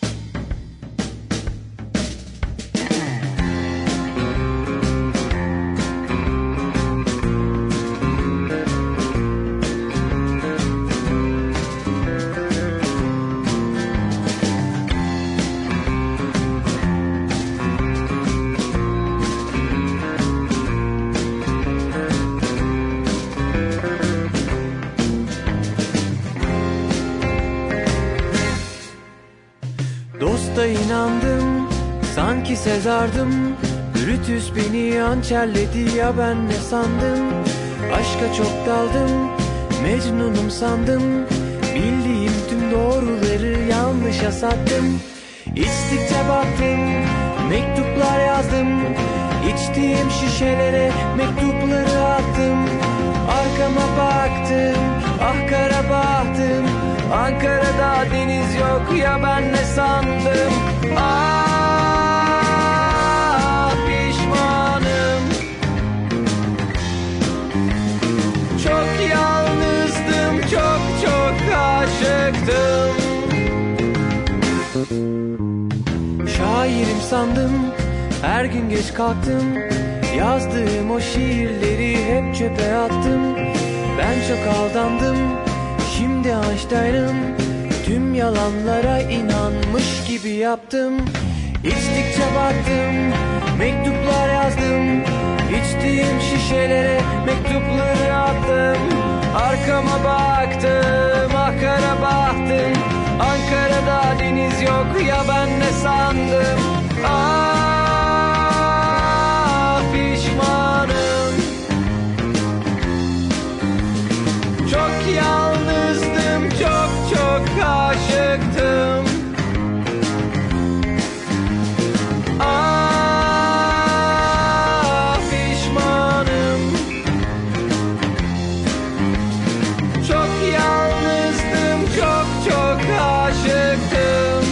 Dosta inandım, sanki Sezar'dım. Brutus beni hançerledi ya, ben ne sandım? Aşka çok daldım, Mecnun'um sandım. Bildiğim tüm doğruları yanlışa sattım. İçtikçe baktım, mektuplar yazdım. İçtiğim şişelere mektupları attım. Arkama baktım, ah kara bahtım. Ankara'da deniz yok ya, ben ne sandım? Ah pişmanım. Çok yalnızdım, çok çok aşıktım. Şairim sandım, her gün geç kalktım. Yazdığım o şiirleri hep çöpe attım. Ben çok aldandım, şimdi Einstein'ım. Tüm yalanlara inanmış gibi yaptım. İçtikçe baktım, mektuplar yazdım. İçtiğim şişelere mektupları attım. Arkama baktım, ah kara bahtım. Ankara'da deniz yok ya, ben ne sandım? Ah pişmanım. Çok yalnızdım, çok çok aşıktım. Ah pişmanım. Çok yalnızdım, çok çok aşıktım.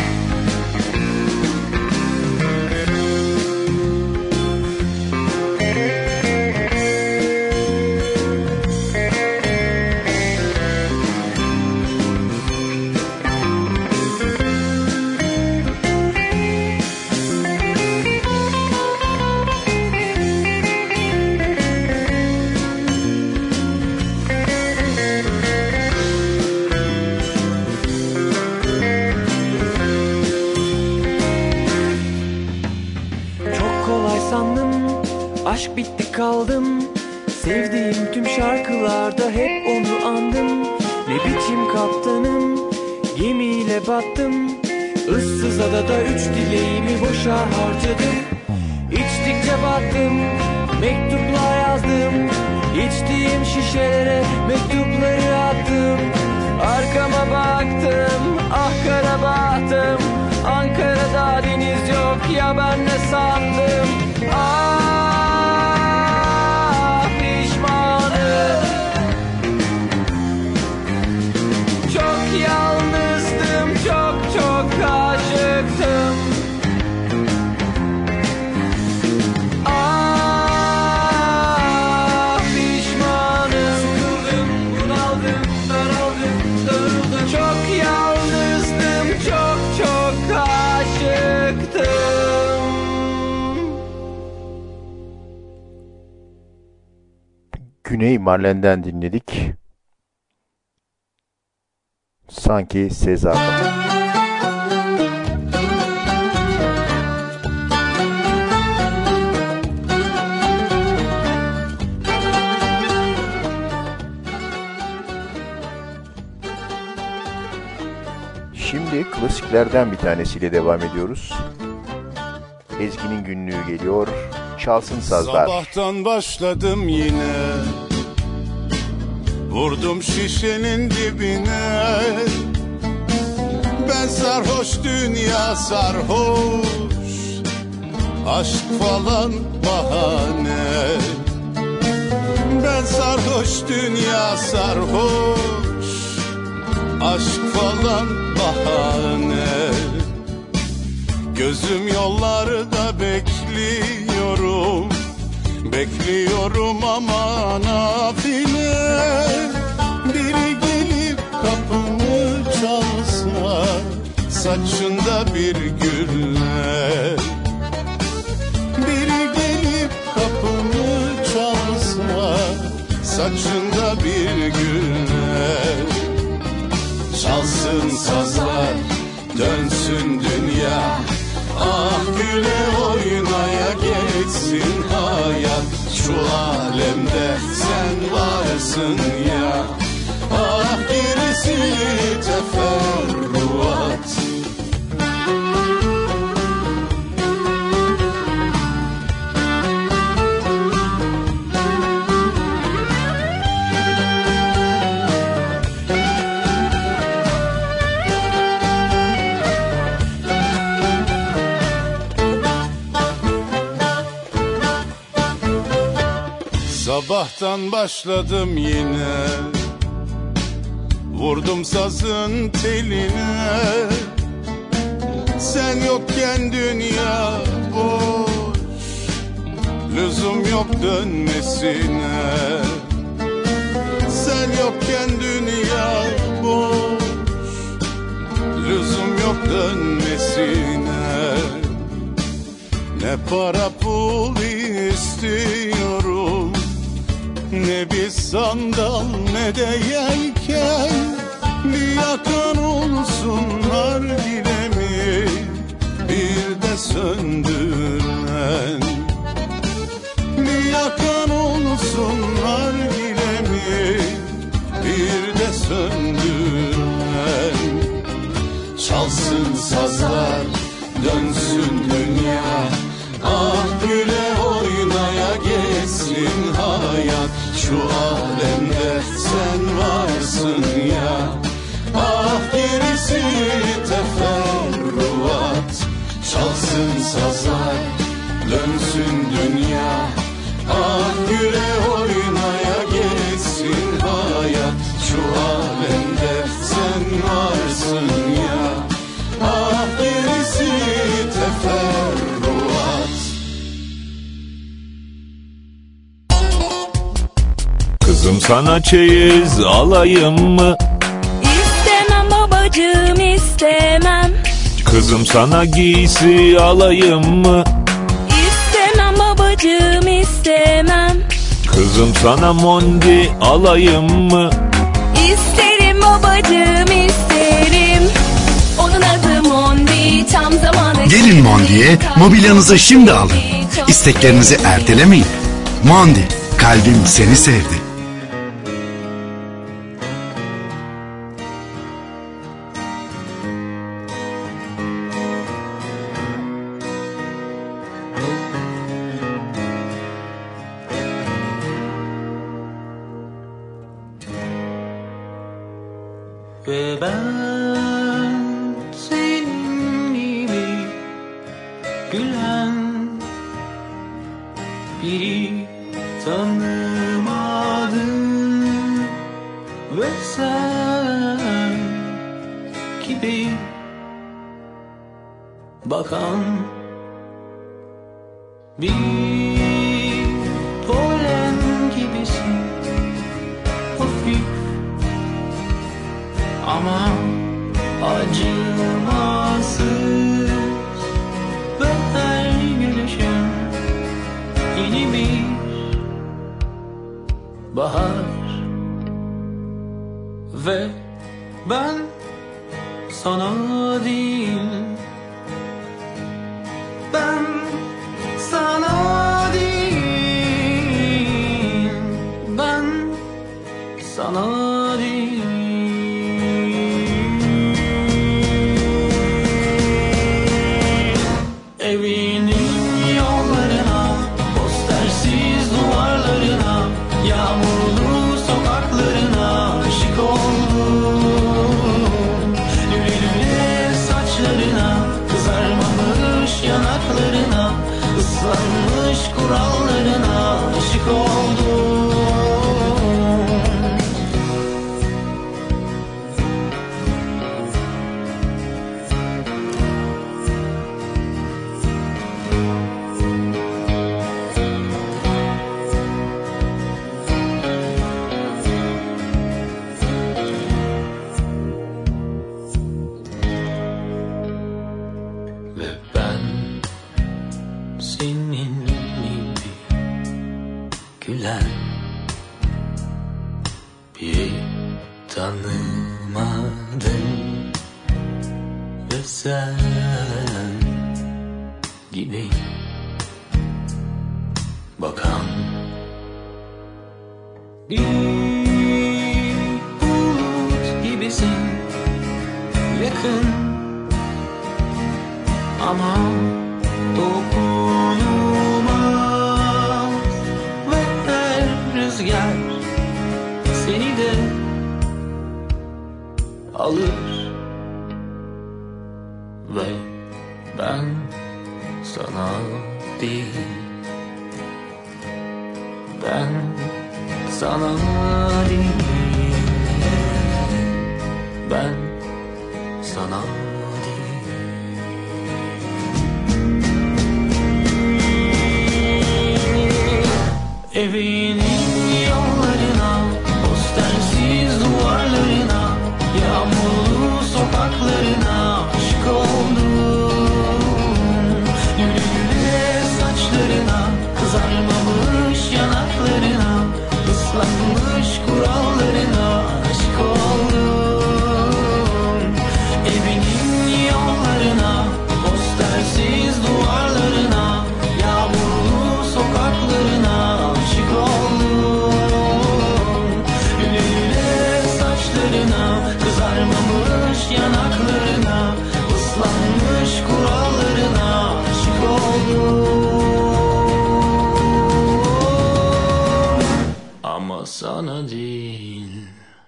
Aşk bitti kaldım. Sevdiğim tüm şarkılarda hep onu andım. Ne biçim kaptanım, gemiyle battım. Issız adada üç dileğimi boşa harcadım. İçtikçe battım, mektuplar yazdım. İçtiğim şişelere mektupları attım. Arkama baktım, ah kara bahtım. Ankara'da deniz yok ya, ben ne sandım? Ah pişmanım. Çok yalnızdım, çok çok aşıktım. Ah pişmanım. Sıkıldım, bunaldım, daraldım, darıldım. Çok yalnızdım, çok çok aşıktım. Güney Marlen'den dinledik. Sanki Sezar'da. Şimdi klasiklerden bir tanesiyle devam ediyoruz. Ezgi'nin günlüğü geliyor. Çalsın sazlar. Sabahtan başladım yine, vurdum şişenin dibine. Ben sarhoş, dünya sarhoş, aşk falan bahane. Ben sarhoş, dünya sarhoş, aşk falan bahane. Gözüm yollarda bekliyorum, Bekliyorum ama nafile, biri gelip kapımı çalsa, saçında bir güller. Biri gelip kapımı çalsa, saçında bir güller. Çalsın sazlar, dönsün dünya, ah güle oynaya geçsin hayat. Şu alemde sen varsın ya, ah gerisi teferruat. Sabahtan başladım yine, vurdum sazın teline. Sen yokken dünya boş, lüzum yok dönmesine. Sen yokken dünya boş, lüzum yok dönmesine. Ne para pul istiyorum, ne bir sandal ne de yelken. Bir yakan olsunlar dilemi, bir de söndüren. Bir yakan olsunlar dilemi, bir de söndüren. Çalsın sazlar, dönsün dünya, ah güle oynaya geçsin hayat. Şu alemde sen varsın ya, ah gerisi teferruat. Çalsın sazlar, dönsün dünya, ah güle oynaya geçsin hayat. Şu alemde sen varsın ya, ah gerisi teferruat. Kızım sana çeyiz alayım mı? İstemem babacığım istemem. Kızım sana giysi alayım mı? İstemem babacığım istemem. Kızım sana mondi alayım mı? İsterim babacığım isterim. Onun adı Mondi, tam zamanı. Gelin Mondi'ye mobilyanızı şimdi alın. İsteklerinizi ertelemeyin. Mondi, kalbim seni sevdi. Ve ben senin gibi gülen biri tanımadım. Ve sen gibi bakan bir polen gibisin, hafif ama acımasız. Ve her gülüşün yeni bir bahar. Ve ben sana değil, ben sana değil, ben sana değil. Evinin yollarına, postersiz duvarlarına, yağmurlu sokaklarına aşık oldum. Lüle lüle saçlarına, kızarmamış yanaklarına, ıslanmış kurallarına aşık oldum. gülen biri tanımadım ve sen gibi bakan bir bulut gibisin, yakın ama dokunulmaz ve her rüzgar seni de alır ve ben sana değil, ben sana değil, ben sana evinin yollarına, postersiz duvarlarına, yağmurlu sokaklarına aşık oldum. Güle güle saçlarına, kızarmamış yanaklarına, ıslanmış kurallarına aşık oldum. Evinin yollarına, postersiz duvarlarına, yağmurlu sokaklarına aşık oldum. Güle güle saçlarına, kızarmamış yanaklarına, ıslanmış kurallarına aşık oldum. Ama sana değil.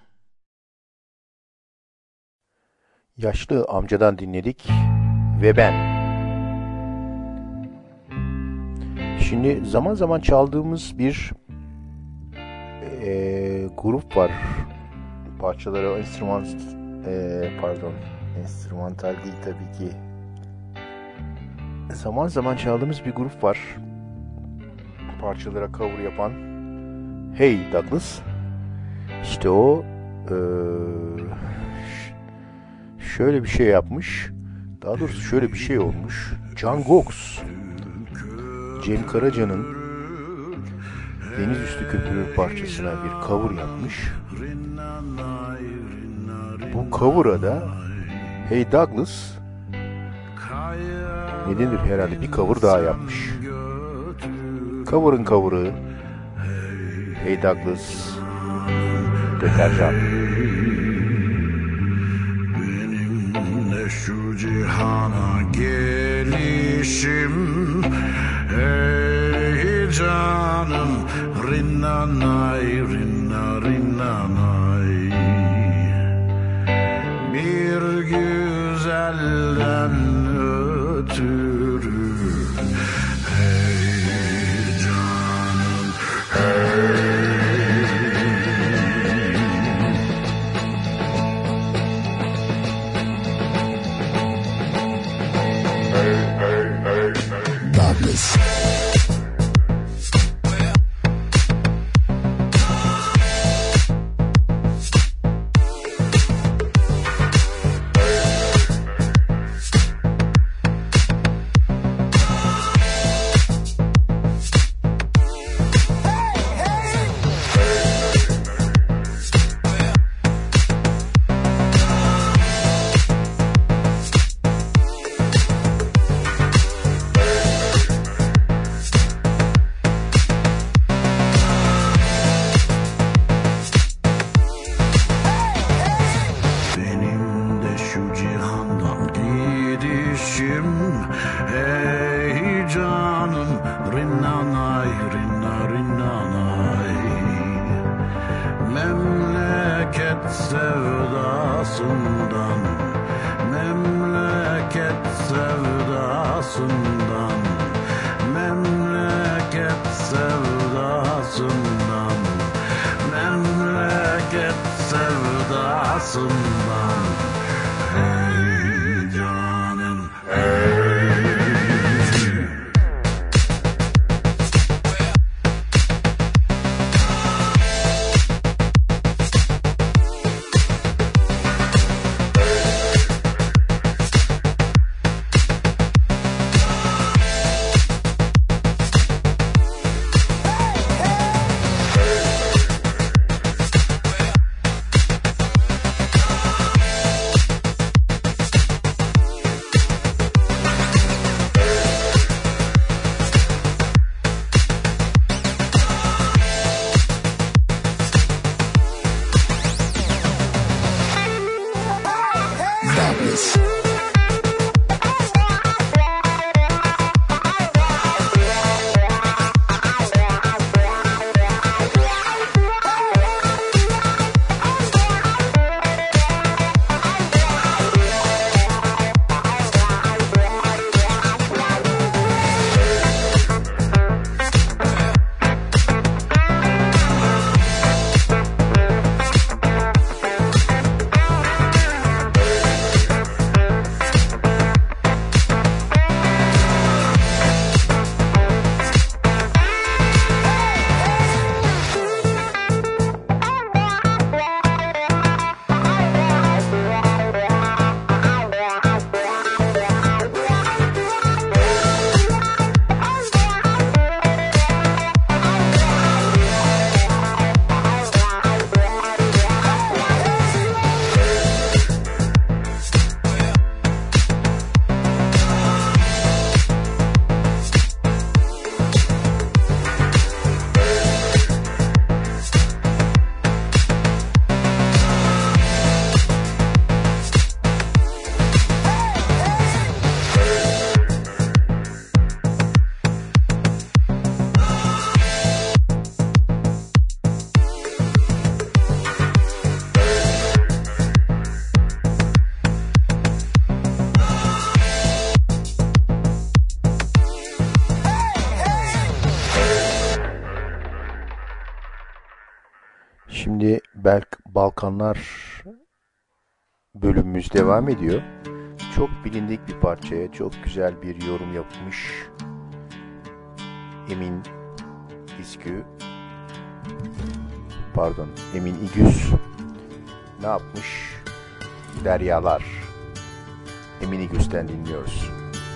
Yaşlı amcadan dinledik ve ben. Şimdi zaman zaman çaldığımız bir e, grup var. Parçaları enstrüman e, pardon enstrümantal değil tabii ki. Zaman zaman çaldığımız bir grup var. Parçalara cover yapan Hey Douglas. İşte o e, şöyle bir şey yapmış. Daha doğrusu şöyle bir şey olmuş. Can Gox, Cem Karaca'nın Deniz Üstü Köpüğü parçasına bir cover yapmış. Bu cover'a da Hey Douglas ne denir herhalde bir cover daha yapmış. Cover'ın cover'ı Hey Douglas Deterjan. Şu cihana gelişim, hey canım, rinnanay, rinna, rinnanay. Bir güzelden ötürü, hey canım, hey. Douglas. Şimdi Belk Balkanlar bölümümüz devam ediyor. Çok bilindik bir parçaya çok güzel bir yorum yapmış Emin İzgü, pardon Emin İgüz ne yapmış? Deryalar. Emin İgüz'den dinliyoruz.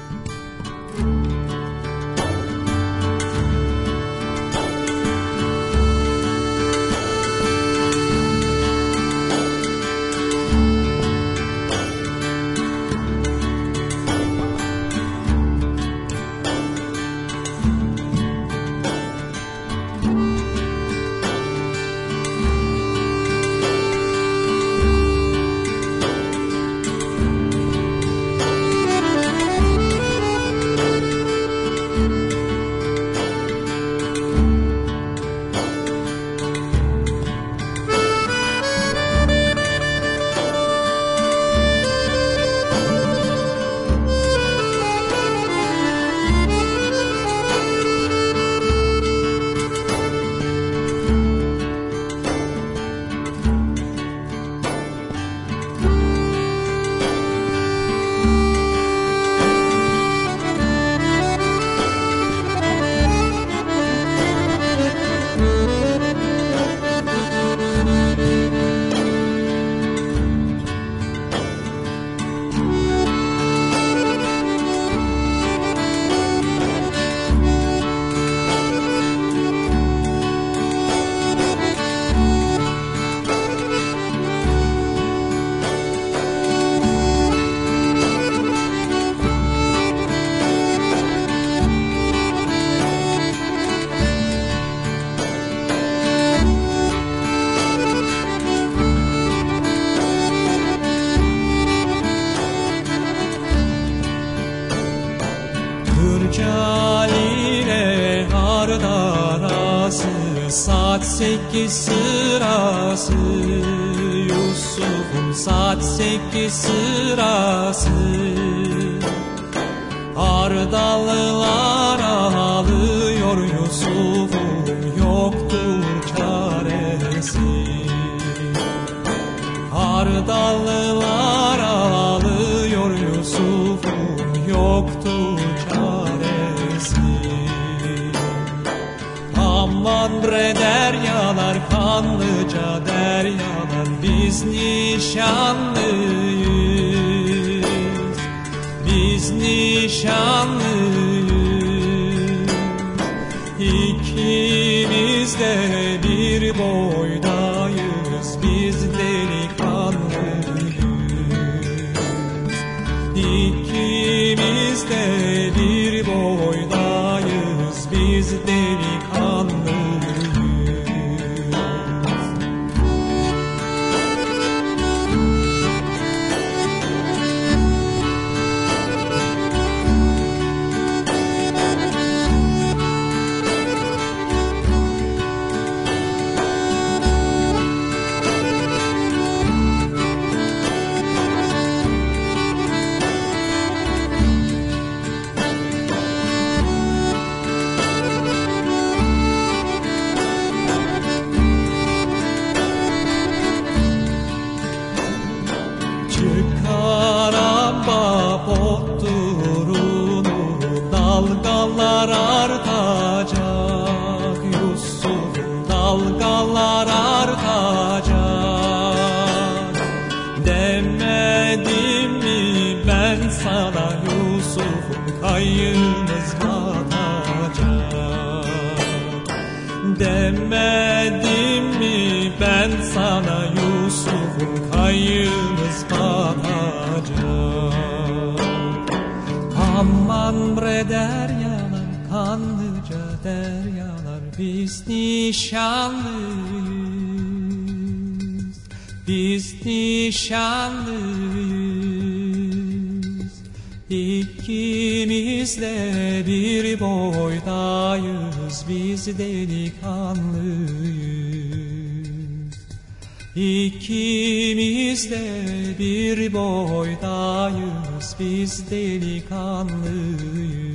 sekiz sırası Yusuf'un saat sekiz sırası Hardallılar ağlıyor Yusuf'un yoktur çaresi Hardallılar ağlıyor Yusuf'un yoktur çaresi Aman bre deryalar kanlıca deryalar biz nişanlıyız Biz nişanlıyız İkimiz de bir boydayız biz delikanlıyız İkimiz de bir boydayız biz delikanlıyız Dalgalar artacak Yusuf dalgalar artacak Demedim mi ben sana Yusuf'un kayığımız batacak Demedim mi ben sana Yusuf'un kayığımız batacak Aman bre deryalar, kanlıca deryalar biz nişanlıyız, biz nişanlıyız İkimiz de bir boydayız biz delikanlıyız İkimiz de bir boydayız biz delikanlıyız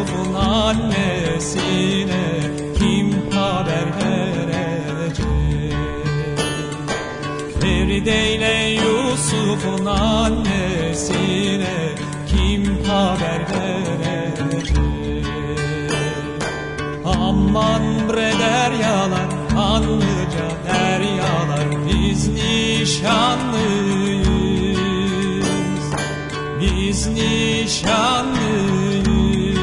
Yusuf'un annesine kim haber verecek? Feride ile Yusuf'un annesine kim haber verecek? Aman bre deryalar, kanlıca deryalar, biz nişanlıyız, biz nişanlıyız.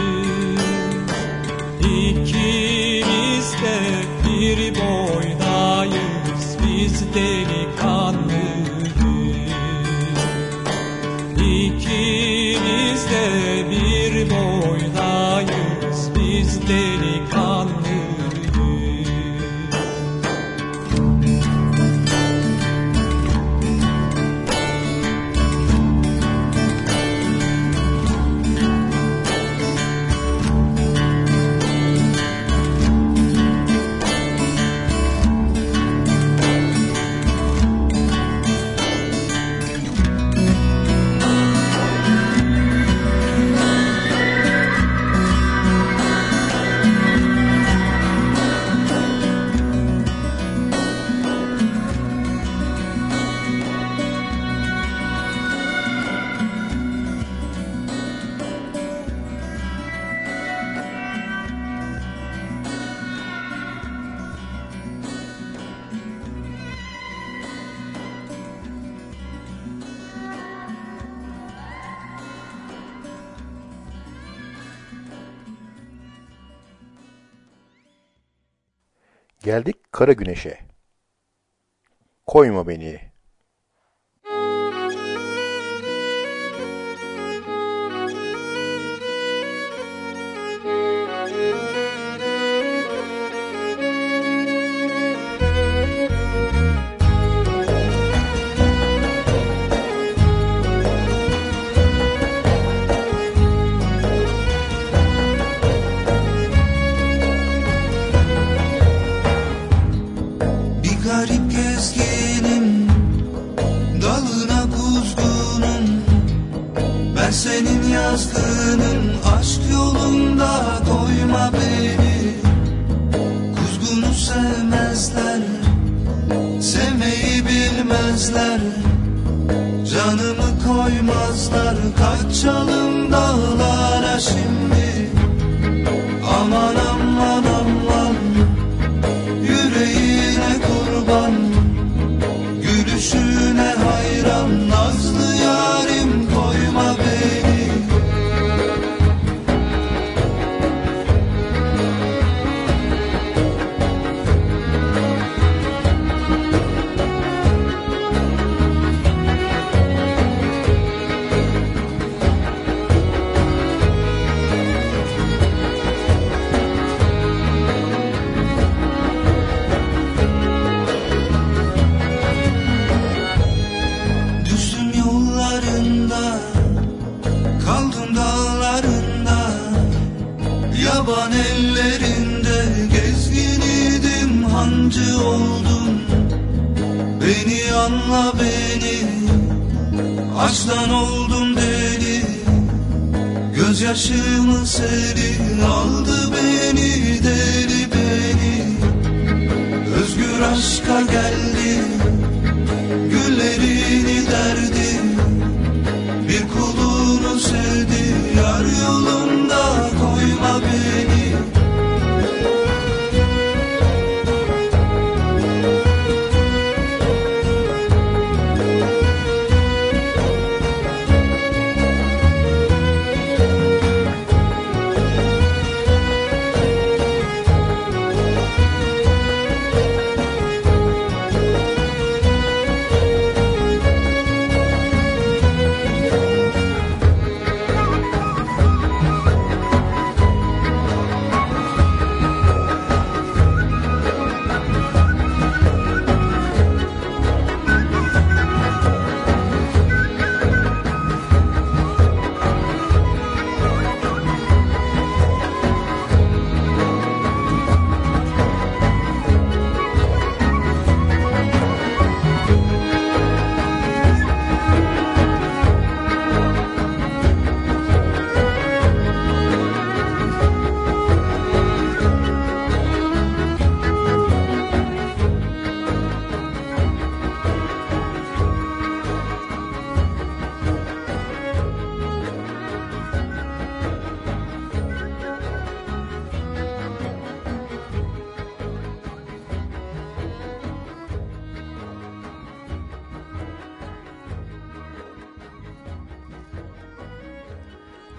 İkimiz de bir boydayız, biz delikanlıyız. İkimiz de bir boydayız, biz delikanlıyız. Geldik kara güneşe. Koyma beni. Garip gezginim, dalına kuzgunum. Ben senin yazdığının aşk yolunda, koyma beni. Kuzgunu sevmezler, sevmeyi bilmezler. Canımı koymazlar, kaçalım dağlara şimdi. Aman aman aman, yüreğine kurban, gülüşüne hayran, nazlı yarim, koyma beni. Kaldım dağlarında, yaban ellerinde, gezgin idim, hancı oldum. Beni anla beni, aşktan oldum deli. Gözyaşımı seri aldı beni, deli beni. Özgür aşka geldi, güllerini derdi. Bir kulunu sevdi, yar yolunda, koyma beni.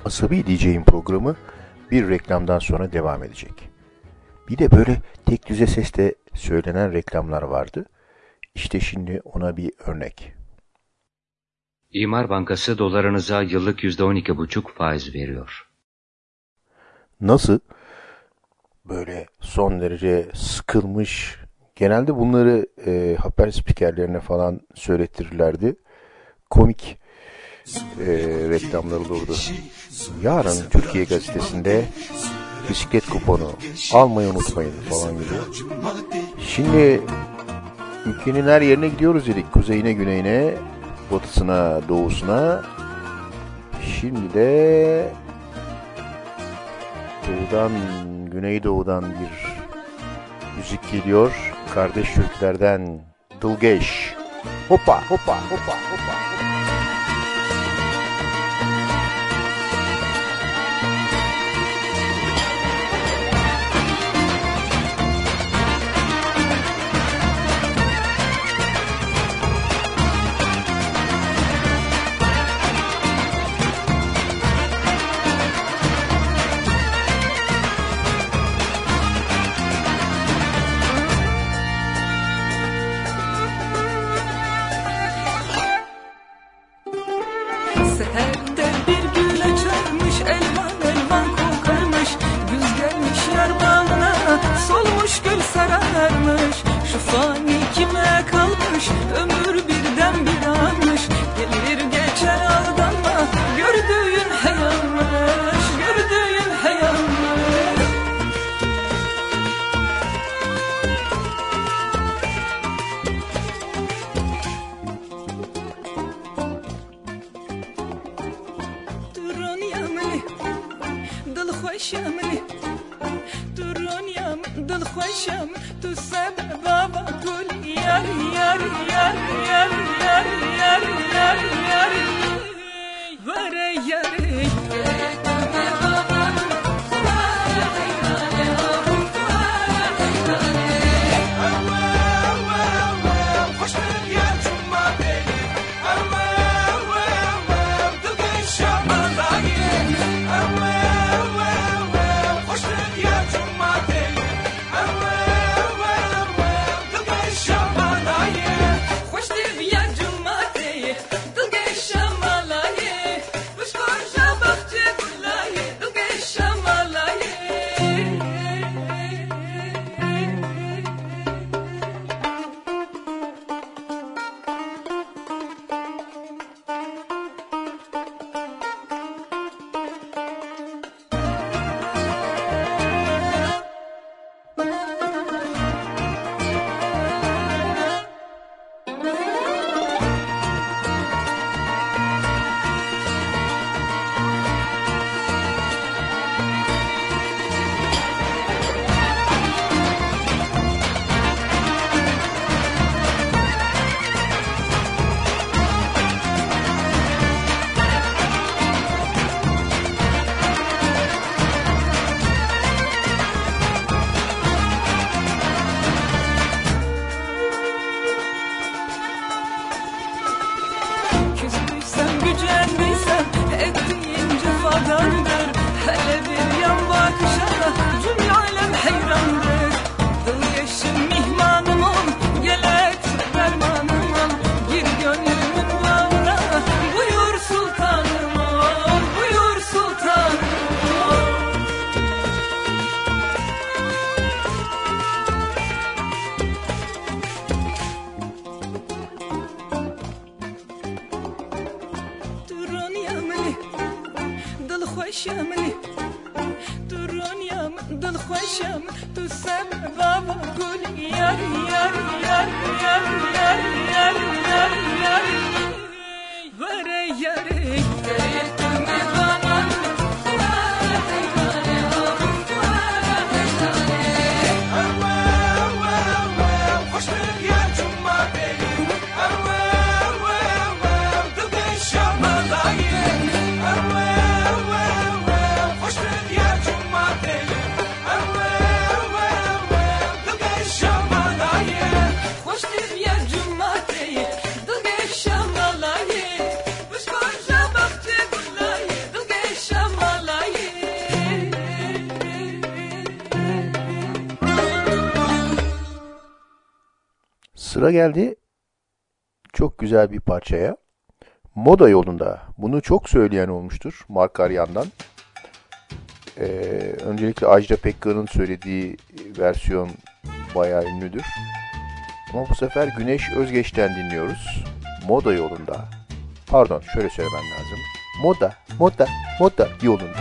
Asabi D J'in programı bir reklamdan sonra devam edecek. Bir de böyle tek düze sesle söylenen reklamlar vardı. İşte şimdi ona bir örnek. İmar Bankası dolarınıza yıllık yüzde on iki buçuk faiz veriyor. Nasıl? Böyle son derece sıkılmış. Genelde bunları e, haber spikerlerine falan söylettirirlerdi. Komik e, reklamlar olurdu. Yarın Türkiye Gazetesi'nde bisiklet kuponu almayı unutmayın falan gibi. Şimdi ülkenin her yerine gidiyoruz dedik. Kuzeyine, güneyine, batısına, doğusuna. Şimdi de doğudan, güneydoğudan bir müzik geliyor. Kardeş Türklerden Dılgeş. Hoppa hoppa hoppa hoppa. Şu fani kime kalmış, ömür birden bir anmış. Gelir geçer aldanma, gördüğün heyanmış, gördüğün heyanmış. Duran yamli, dil hoş yamli. Duran yam, dil hoş yam. Tu sebep baba kul yar yar yar yar yar yar yar yar vare yar. Hoş bir yer cumate, dil geç şamalaye, Sıra geldi çok güzel bir parçaya. Moda yolunda. Bunu çok söyleyen olmuştur Mark Aryan'dan. Ee, öncelikle Ajda Pekkan'ın söylediği versiyon bayağı ünlüdür. Ama bu sefer Güneş Özgeç'ten dinliyoruz. Moda yolunda. Pardon, şöyle söylemem lazım. Moda, moda, moda yolunda.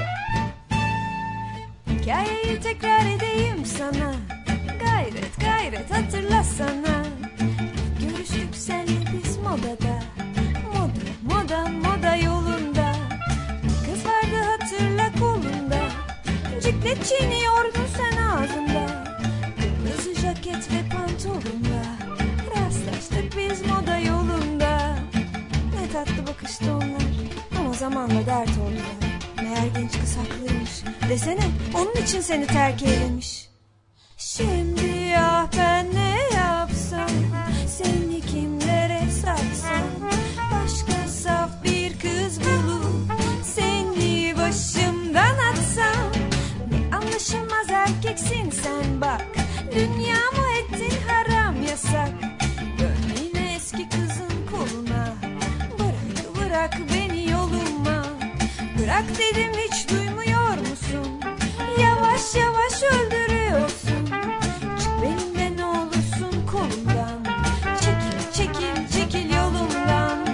Hikayeyi tekrar edeyim sana. Gayret gayret hatırlasana. Görüştük senle biz modada. Moda moda moda yolunda. Kız vardı hatırla kolunda. Ciklet çiğniyordun sen ağzında. Kırmızı jaket ve pantolonla. Rastlaştık biz moda yolunda. Ne tatlı bakıştı onlar. Ama zamanla dert oldular. Meğer genç kız haklıymış. Desene onun için seni terk eylemiş. Şimdi ya ben ne yapsam, seni kimlere satsam, başka saf bir kız bulup seni başımdan atsam. Ne anlaşılmaz erkeksin sen bak, dünyamı ettin haram yasak. Dön yine eski kızın koluna, bırak bırak beni yoluma. Bırak dedim hiç duymuyor musun? Yavaş yavaş öldürüyorsun. Çık benimle ne olursun kolumdan. Çekil çekil çekil yolumdan.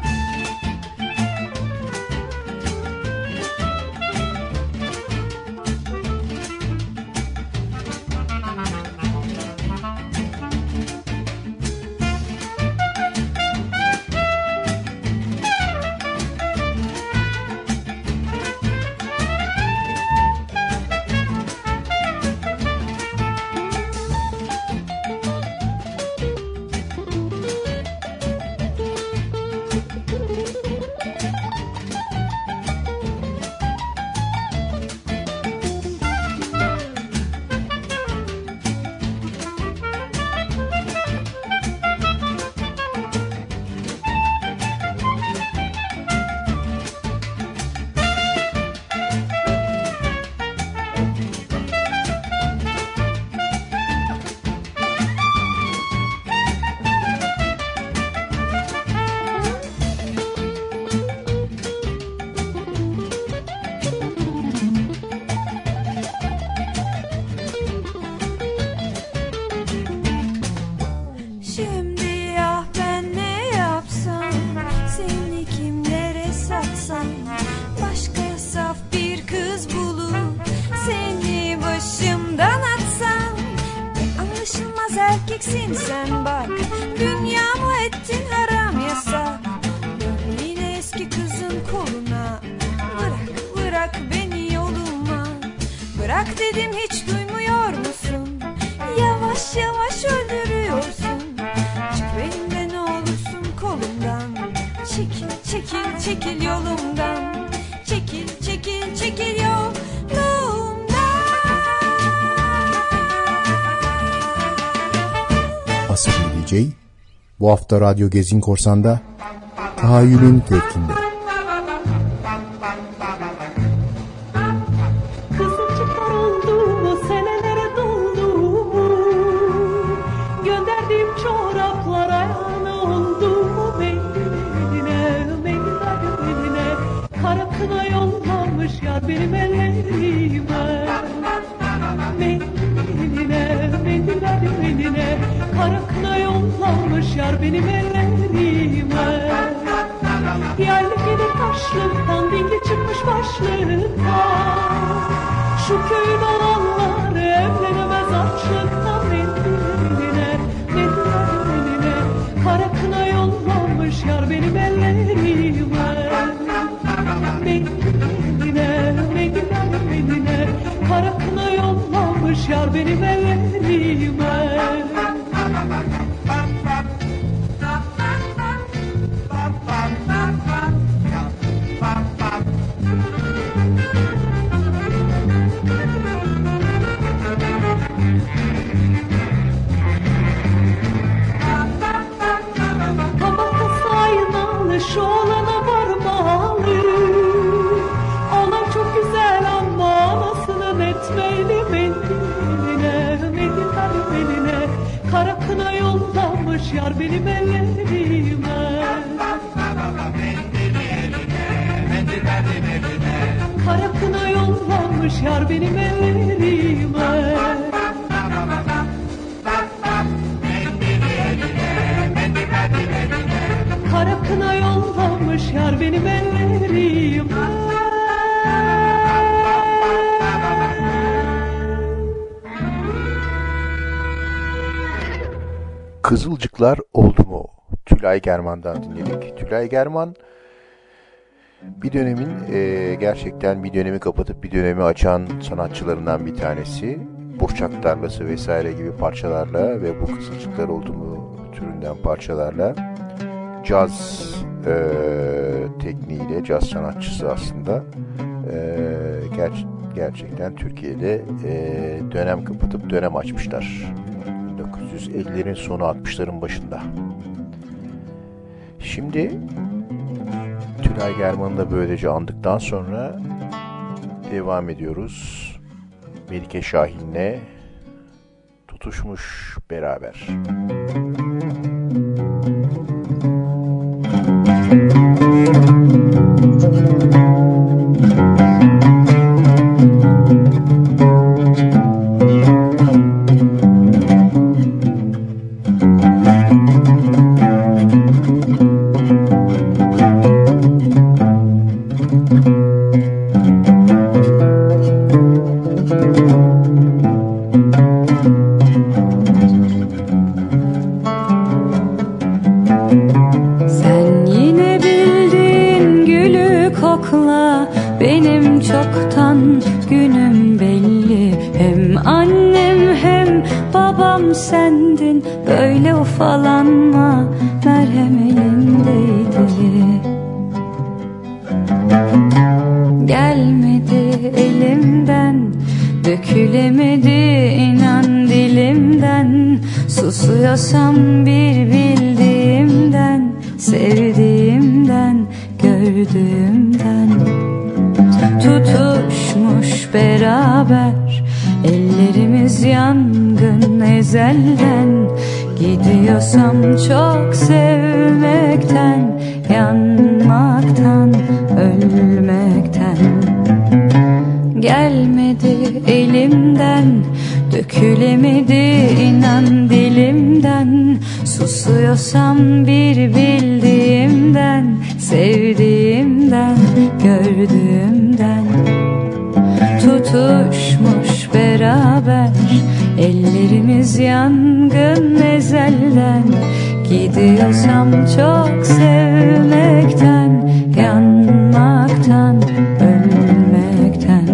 Erkeksin sen bak, dünyamı ettin haram yasak. Dön yine eski kızın koluna, bırak bırak beni yoluma. Bırak dedim hiç duymuyor musun? Yavaş yavaş öldürüyorsun. Çık benimle ne olursun kolumdan. Çekil çekil çekil yolumdan. Çekil çekil çekil yolumdan. Asabi D J bu hafta Radyo Gezgin Korsan'da tahayyülün fevkinde. Kızılcıklar oldu mu, senelere doldu mu? Gönderdiğim çoraplar ayağına oldu mu? Mendiline, mendil eline, kara kına yollamış yar benim ellerime. Mendiline, mendil eline, kara kına yollamış yar benim ellerime. Yerli gelir taşlıktan, dingi çıkmış başlıktan. Şu köyün olanlar evlenemez açlıktan. Mendiline, mendiline, kara kına yollamış yar benim ellerime. Mendiline, mendiline, kara kına yollamış yar benim ellerime. Tabakası aynalı şu olana varmalı. Olan çok güzel ama anasının etmeli. Mendiline, mendiline, yollamış yar benim ellerime. Kara kına yollamış yar benim ellerime. Kara kına yollamış yar benim ellerime. Kızılcıklar oldu mu? Tülay German'dan dinledik. Tülay German bir dönemin e, gerçekten bir dönemi kapatıp bir dönemi açan sanatçılarından bir tanesi. Burçak Tarlası vesaire gibi parçalarla ve bu Kızılcıklar oldu mu türünden parçalarla caz e, tekniğiyle, caz sanatçısı aslında e, ger- gerçekten Türkiye'de e, dönem kapatıp dönem açmışlar. bin dokuz yüz ellilerin sonu altmışların başında. Şimdi Tülay German'ı da böylece andıktan sonra devam ediyoruz. Melike Şahin'le Tutuşmuş Beraber. Ufalanma, merhem elindeydi. Gelmedi elimden, dökülemedi inan dilimden. Susuyorsam bir bildiğimden, sevdiğimden, gördüğümden. Tutuşmuş beraber, ellerimiz yangın ezelden. Gidiyorsam çok sevmekten, yanmaktan, ölmekten. Gelmedi elimden, dökülemedi inan dilimden. Susuyorsam bir bildiğimden, sevdiğimden, gördüğümden. Tutuşmuş beraber, ellerimiz yangın ezelden. Gidiyorsam çok sevmekten, yanmaktan, ölmekten.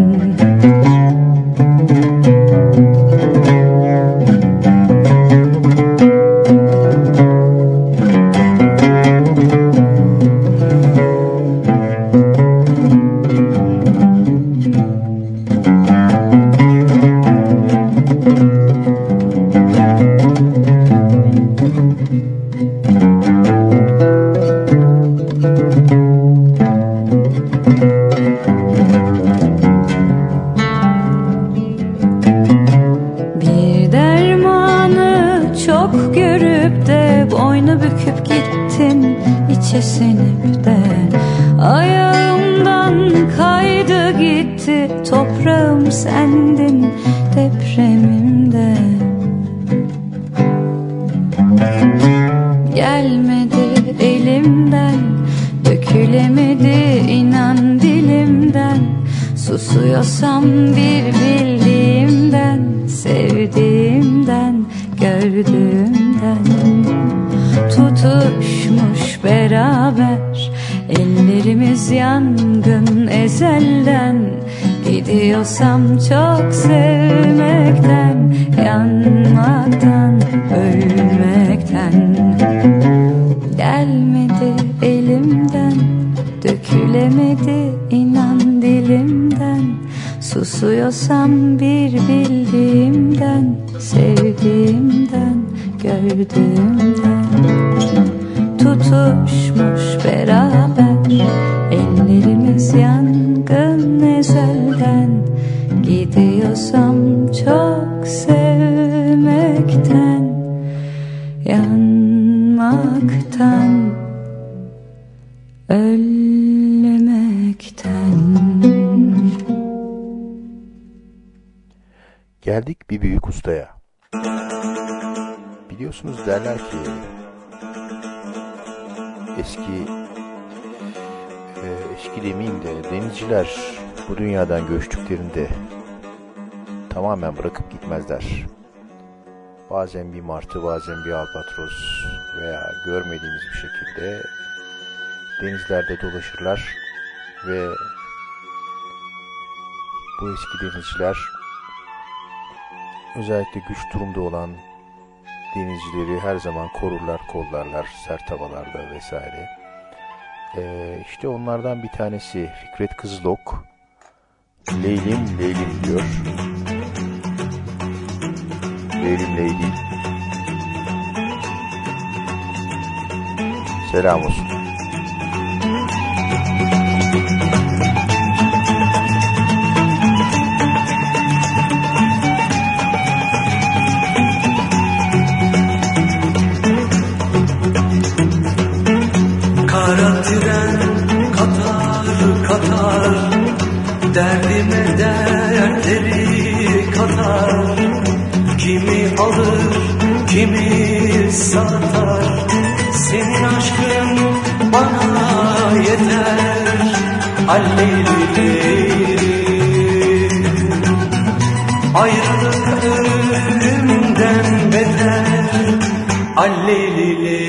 Sinip de ayağımdan kaydı gitti. Toprağım sendin depremimde. Gelmedi elimden, dökülemedi inan dilimden. Susuyorsam bir bildiğimden, sevdiğimden, gördüğümden. Tutuşmuş beraber, ellerimiz yangın ezelden. Gidiyorsam çok sevmekten, yanmaktan, ölmekten. Gelmedi elimden, dökülemedi inan dilimden. Susuyorsam bir bildiğimden, sevdiğimden, gördüğümden. Tutuşmuş beraber, ellerimiz yangın ezelden. Gidiyorsam çok sevmekten, yan Geldik bir büyük ustaya. Biliyorsunuz derler ki eski e, eski demeyeyim de denizciler bu dünyadan göçtüklerinde tamamen bırakıp gitmezler. Bazen bir martı, bazen bir albatros veya görmediğimiz bir şekilde denizlerde dolaşırlar ve bu eski denizciler özellikle güç durumda olan denizcileri her zaman korurlar, kollarlar sert havalarda vesaire. Ee, işte onlardan bir tanesi Fikret Kızılok. Leylim Leylim diyor. Leylim Leylim. Selam olsun. Kara tren katar katar, derdime dertleri katar. Kimi alır kimi satar, senin aşkın bana yeter. Alleyli ayrılık ölümden beter. Alleyli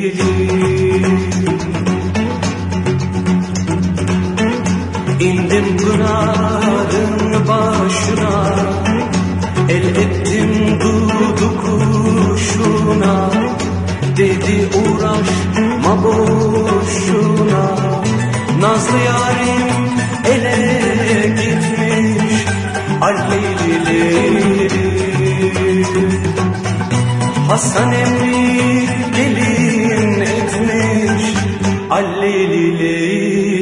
İndim pınarın başına, el ettim dudu kuşuna. Dedi uğraşma boşuna, nazlı yarim ele gitmiş. Alleyli Hasan emri gelin etmiş. Alleyli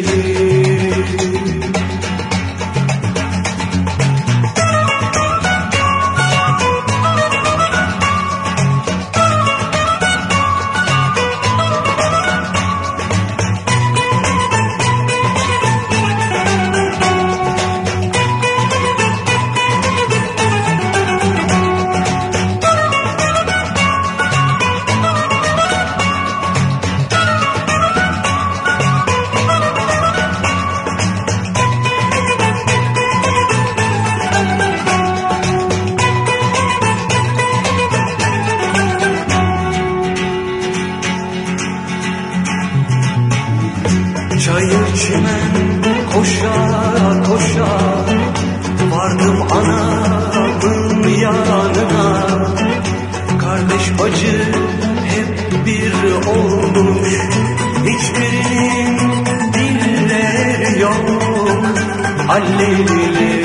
çayır çimen koşa koşa, vardım anamın yanına. Kardeş bacı hep bir olmuş, hiçbirinin dilleri yok. Alleyli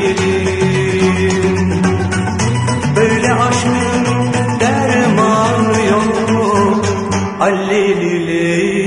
böyle aşkın dermanı yok. Alleyli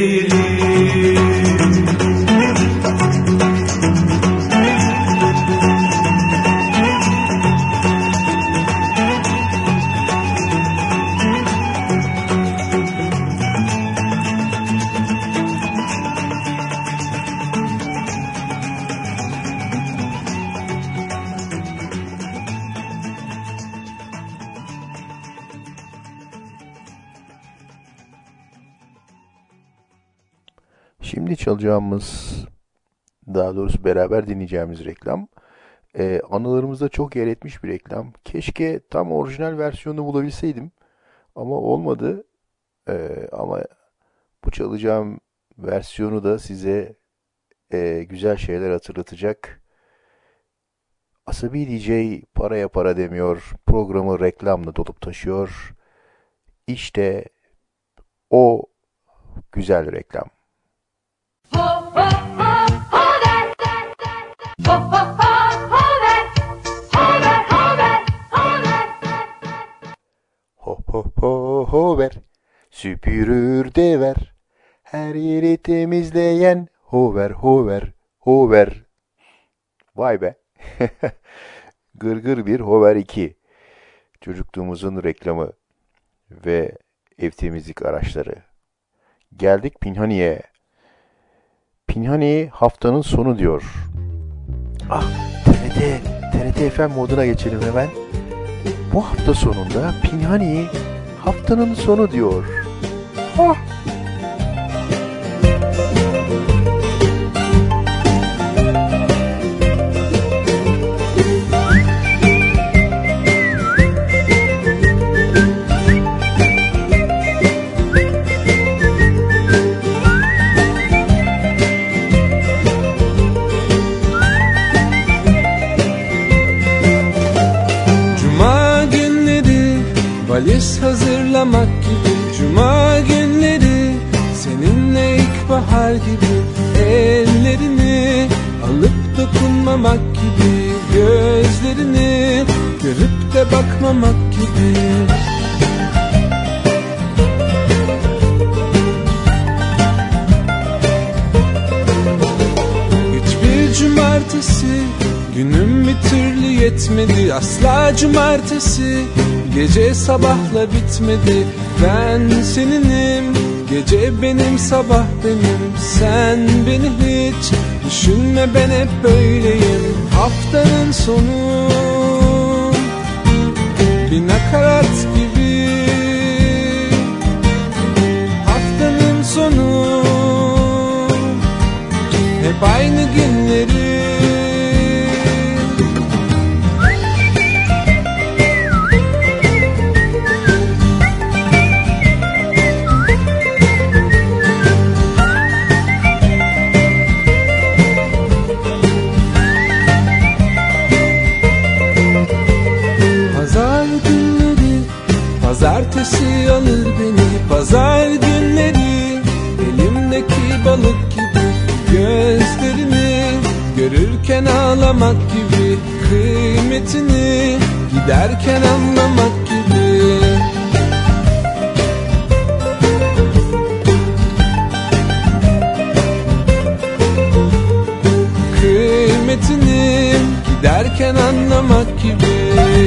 Şimdi çalacağımız, daha doğrusu beraber dinleyeceğimiz reklam e, anılarımızda çok yer etmiş bir reklam. Keşke tam orijinal versiyonunu bulabilseydim ama olmadı. E, ama bu çalacağım versiyonu da size e, güzel şeyler hatırlatacak. Asabi D J paraya para demiyor, programı reklamla dolup taşıyor. İşte o güzel reklam. Ho ho ho hover, ho ho ho hover, hover hover hover. Ho ho ho hover, süpürür dever, her yeri temizleyen hover hover hover. Vay be. Gırgır bir hover iki. Çocukluğumuzun reklamı ve ev temizlik araçları. Geldik Pinhani'ye. Pinhani haftanın sonu diyor. Ah, T R T, T R T F M moduna geçelim hemen. Bu hafta sonunda Pinhani haftanın sonu diyor. Oh. Valiz hazırlamak gibi, cuma günleri seninle ilkbahar gibi, ellerini alıp dokunmamak gibi, gözlerini görüp de bakmamak gibi. Hiçbir cumartesi günüm bir türlü yetmedi, asla cumartesi gece sabahla bitmedi. Ben seninim, gece benim, sabah benim. Sen beni hiç düşünme, ben hep böyleyim. Haftanın sonu bir nakarat gibi, haftanın sonu hep aynı günleri. Pazartesi alır beni, pazar günleri elimdeki balık gibi, gözlerini görürken ağlamak gibi, kıymetini giderken anlamak gibi. Kıymetini giderken anlamak gibi.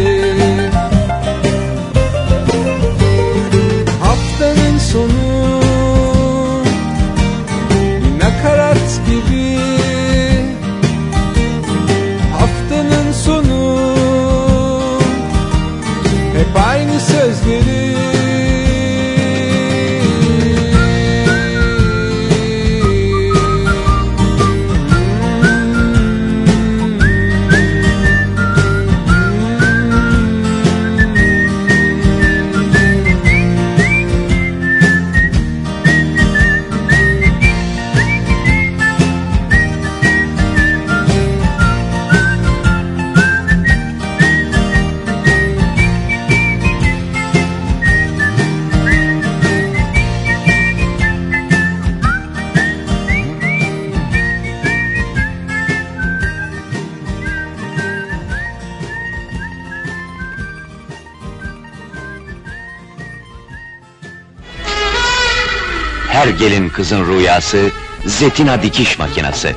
Haftanın sonu bir nakarat gibi, haftanın sonu hep aynı sözleri. Her gelin kızın rüyası Zetina dikiş makinesi.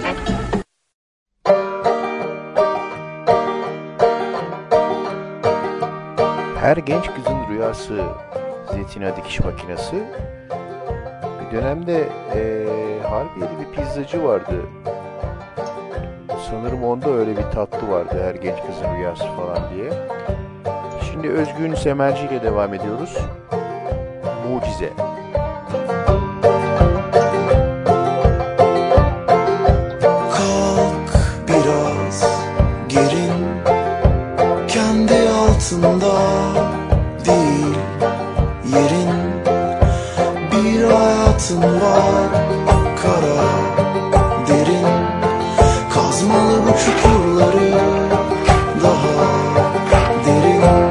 Her genç kızın rüyası Zetina dikiş makinesi. Bir dönemde ee, Harbiye'de bir pizzacı vardı. Sanırım onda öyle bir tatlı vardı, her genç kızın rüyası falan diye. Şimdi Özgün Semerci ile devam ediyoruz. Mucize. Altında değil yerin, bir hayatın var, kara derin, kazmalı bu çukurları daha derin.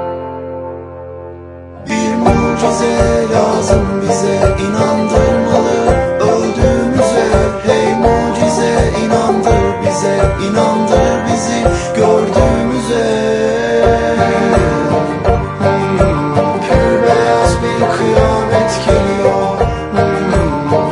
Bir mucize lazım bize, inandırmalı öldüğümüze. Hey mucize, inandır bize, inandır bizi gördüğümüze. Kıyamet geliyor,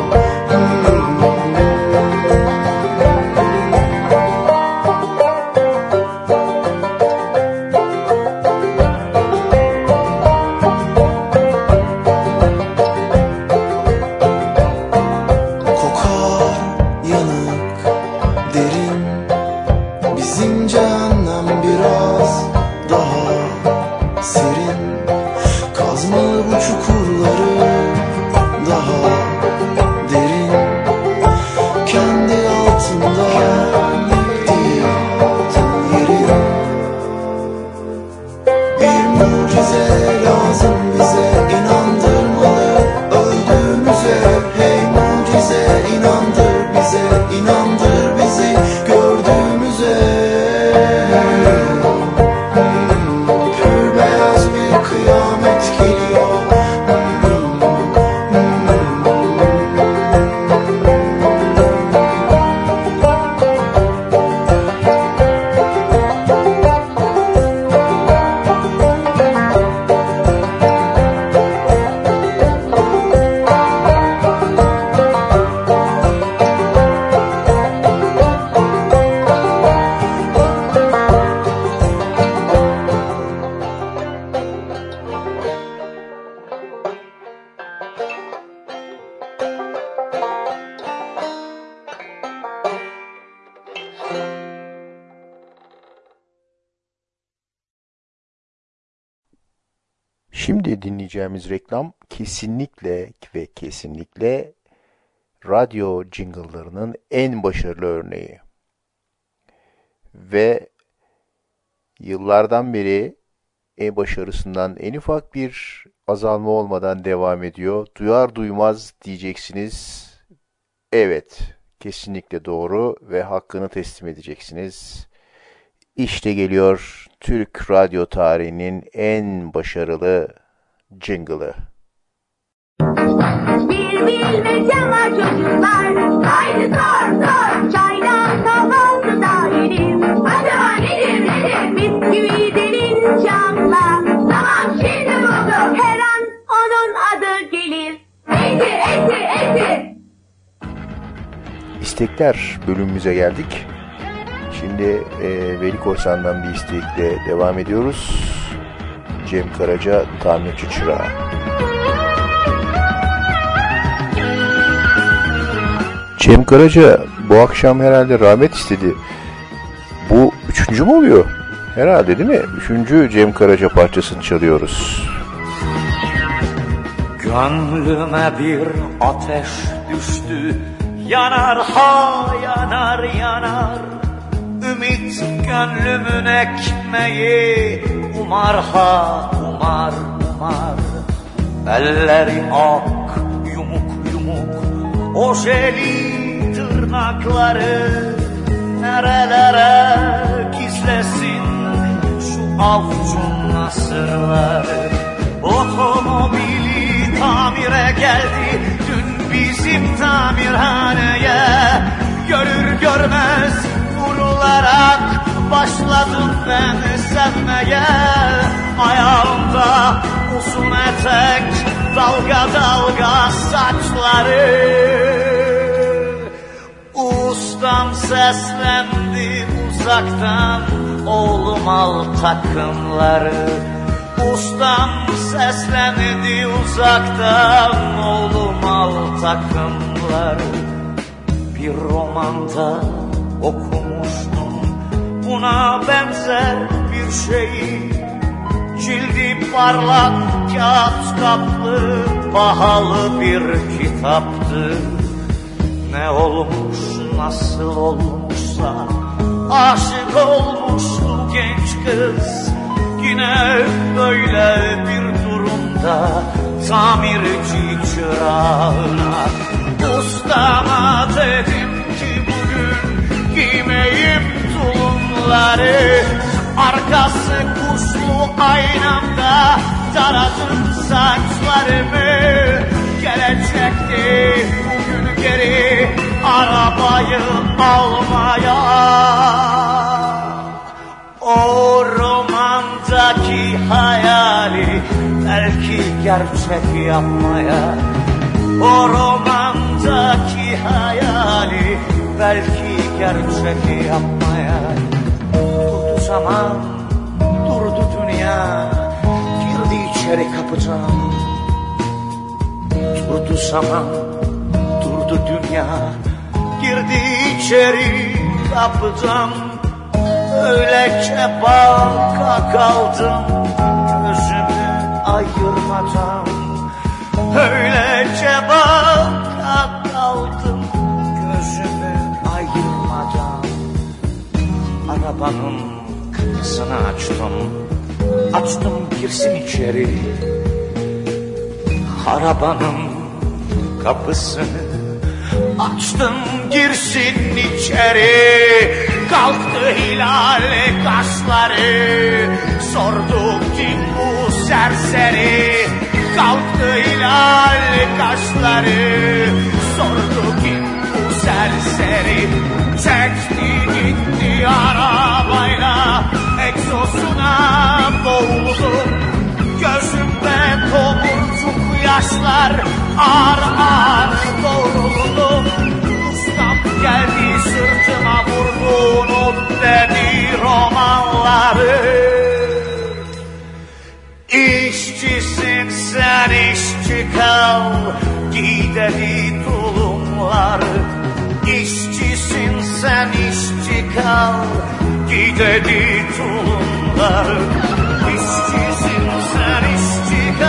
Şimdi dinleyeceğimiz reklam kesinlikle ve kesinlikle radyo jingle'larının en başarılı örneği. Ve yıllardan beri en başarısından en ufak bir azalma olmadan devam ediyor. Duyar duymaz diyeceksiniz. Evet, kesinlikle doğru ve hakkını teslim edeceksiniz. İşte geliyor Türk radyo tarihinin en başarılı jingle'ı. Bir bilmece var çocuklar, haydi sor sor, çaydan kahvaltı dahilim. Acaba nedir nedir, bisküvi derin çamla. Tamam şimdi buldum, her an onun adı gelir. Etir etir etir. İstekler bölümümüze geldik. Şimdi e, Veli Korsan'dan bir istekle devam ediyoruz. Cem Karaca, Tamirci Çırağı. Cem Karaca bu akşam herhalde rahmet istedi. Bu üçüncü mü oluyor? Herhalde değil mi? Üçüncü Cem Karaca parçasını çalıyoruz. Gönlüme bir ateş düştü, yanar ha yanar yanar. Ümit gönlümün ekmeği, umar ha umar umar. Elleri ak yumuk yumuk, ojeli tırnakları nerelere gizlesin şu avucun nasırları. Otomobili tamire geldi dün bizim tamirhaneye. Görür görmez vurularak başladım ben sevmeye. Ayağımda uzun etek, dalga dalga saçları. Ustam seslendi uzaktan, oğlum al takımları. Ustam seslendi uzaktan, oğlum al takımları. Bir romanda okumuştum buna benzer bir şeyi. Cildi parlak kağıt kaplı, pahalı bir kitaptı. Ne olmuş nasıl olmuşsa, aşık olmuştu genç kız. Yine böyle bir durumda tamirci çırağına. Ustama dedim ki bugün giymeyim tulumları. Arkası kuşlu aynamda taradım saçlarımı. Gelecekti bugün geri arabayı almaya. O romandaki hayali belki gerçek yapmaya. O romandaki hayali belki gerçek yapmaya. Durdu zaman, durdu dünya, girdi içeri kapıdan. Durdu zaman, durdu dünya, girdi içeri kapıdan. Öylece baka kaldım, gözümü ayırmadan. Öylece baka kaldım, gözümü ayırmadan. Arabanın kapısını açtım, açtım girsin içeri. Arabanın kapısını açtım girsin içeri. Kalktı hilal kaşları, sorduk kim bu serseri. Kalktı hilal kaşları, sordu kim bu serseri. Çekti gitti arabayla, egzosuna boğuldum. Gözümde tomurcuk yaşlar, ağır ağır doğruldum. Ustam geldi sırtıma vurdu, unut dedi romanları. İşçisin sen işçi kal, giy dedi tulumları. İşçisin sen işçi kal, giy dedi tulumları. İşçisin sen işçi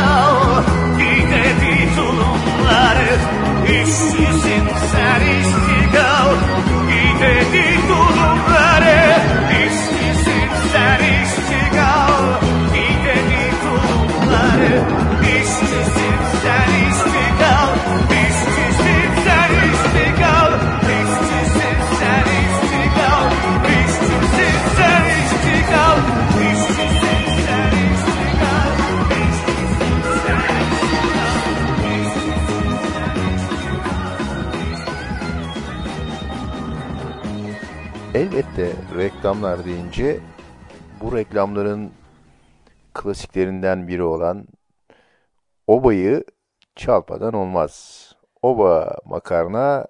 reklamlar deyince bu reklamların klasiklerinden biri olan Oba'yı çalmadan olmaz. Oba makarna,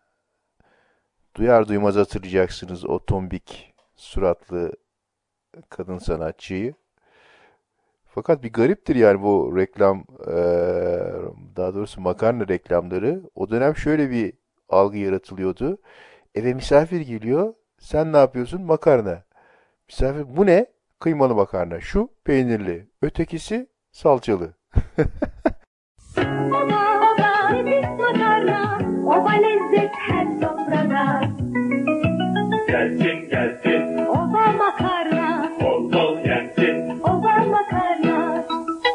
duyar duymaz hatırlayacaksınız o tombik suratlı kadın sanatçıyı. Fakat bir gariptir yani bu reklam, daha doğrusu makarna reklamları. O dönem şöyle bir algı yaratılıyordu. Eve misafir geliyor, sen ne yapıyorsun? Makarna. Misafir, bu ne? Kıymalı makarna. Şu peynirli, ötekisi salçalı. Oba oba nefis makarna, oba lezzet her sofrada. Gelsin gelsin, Oba makarna, bol bol yensin. oba makarna.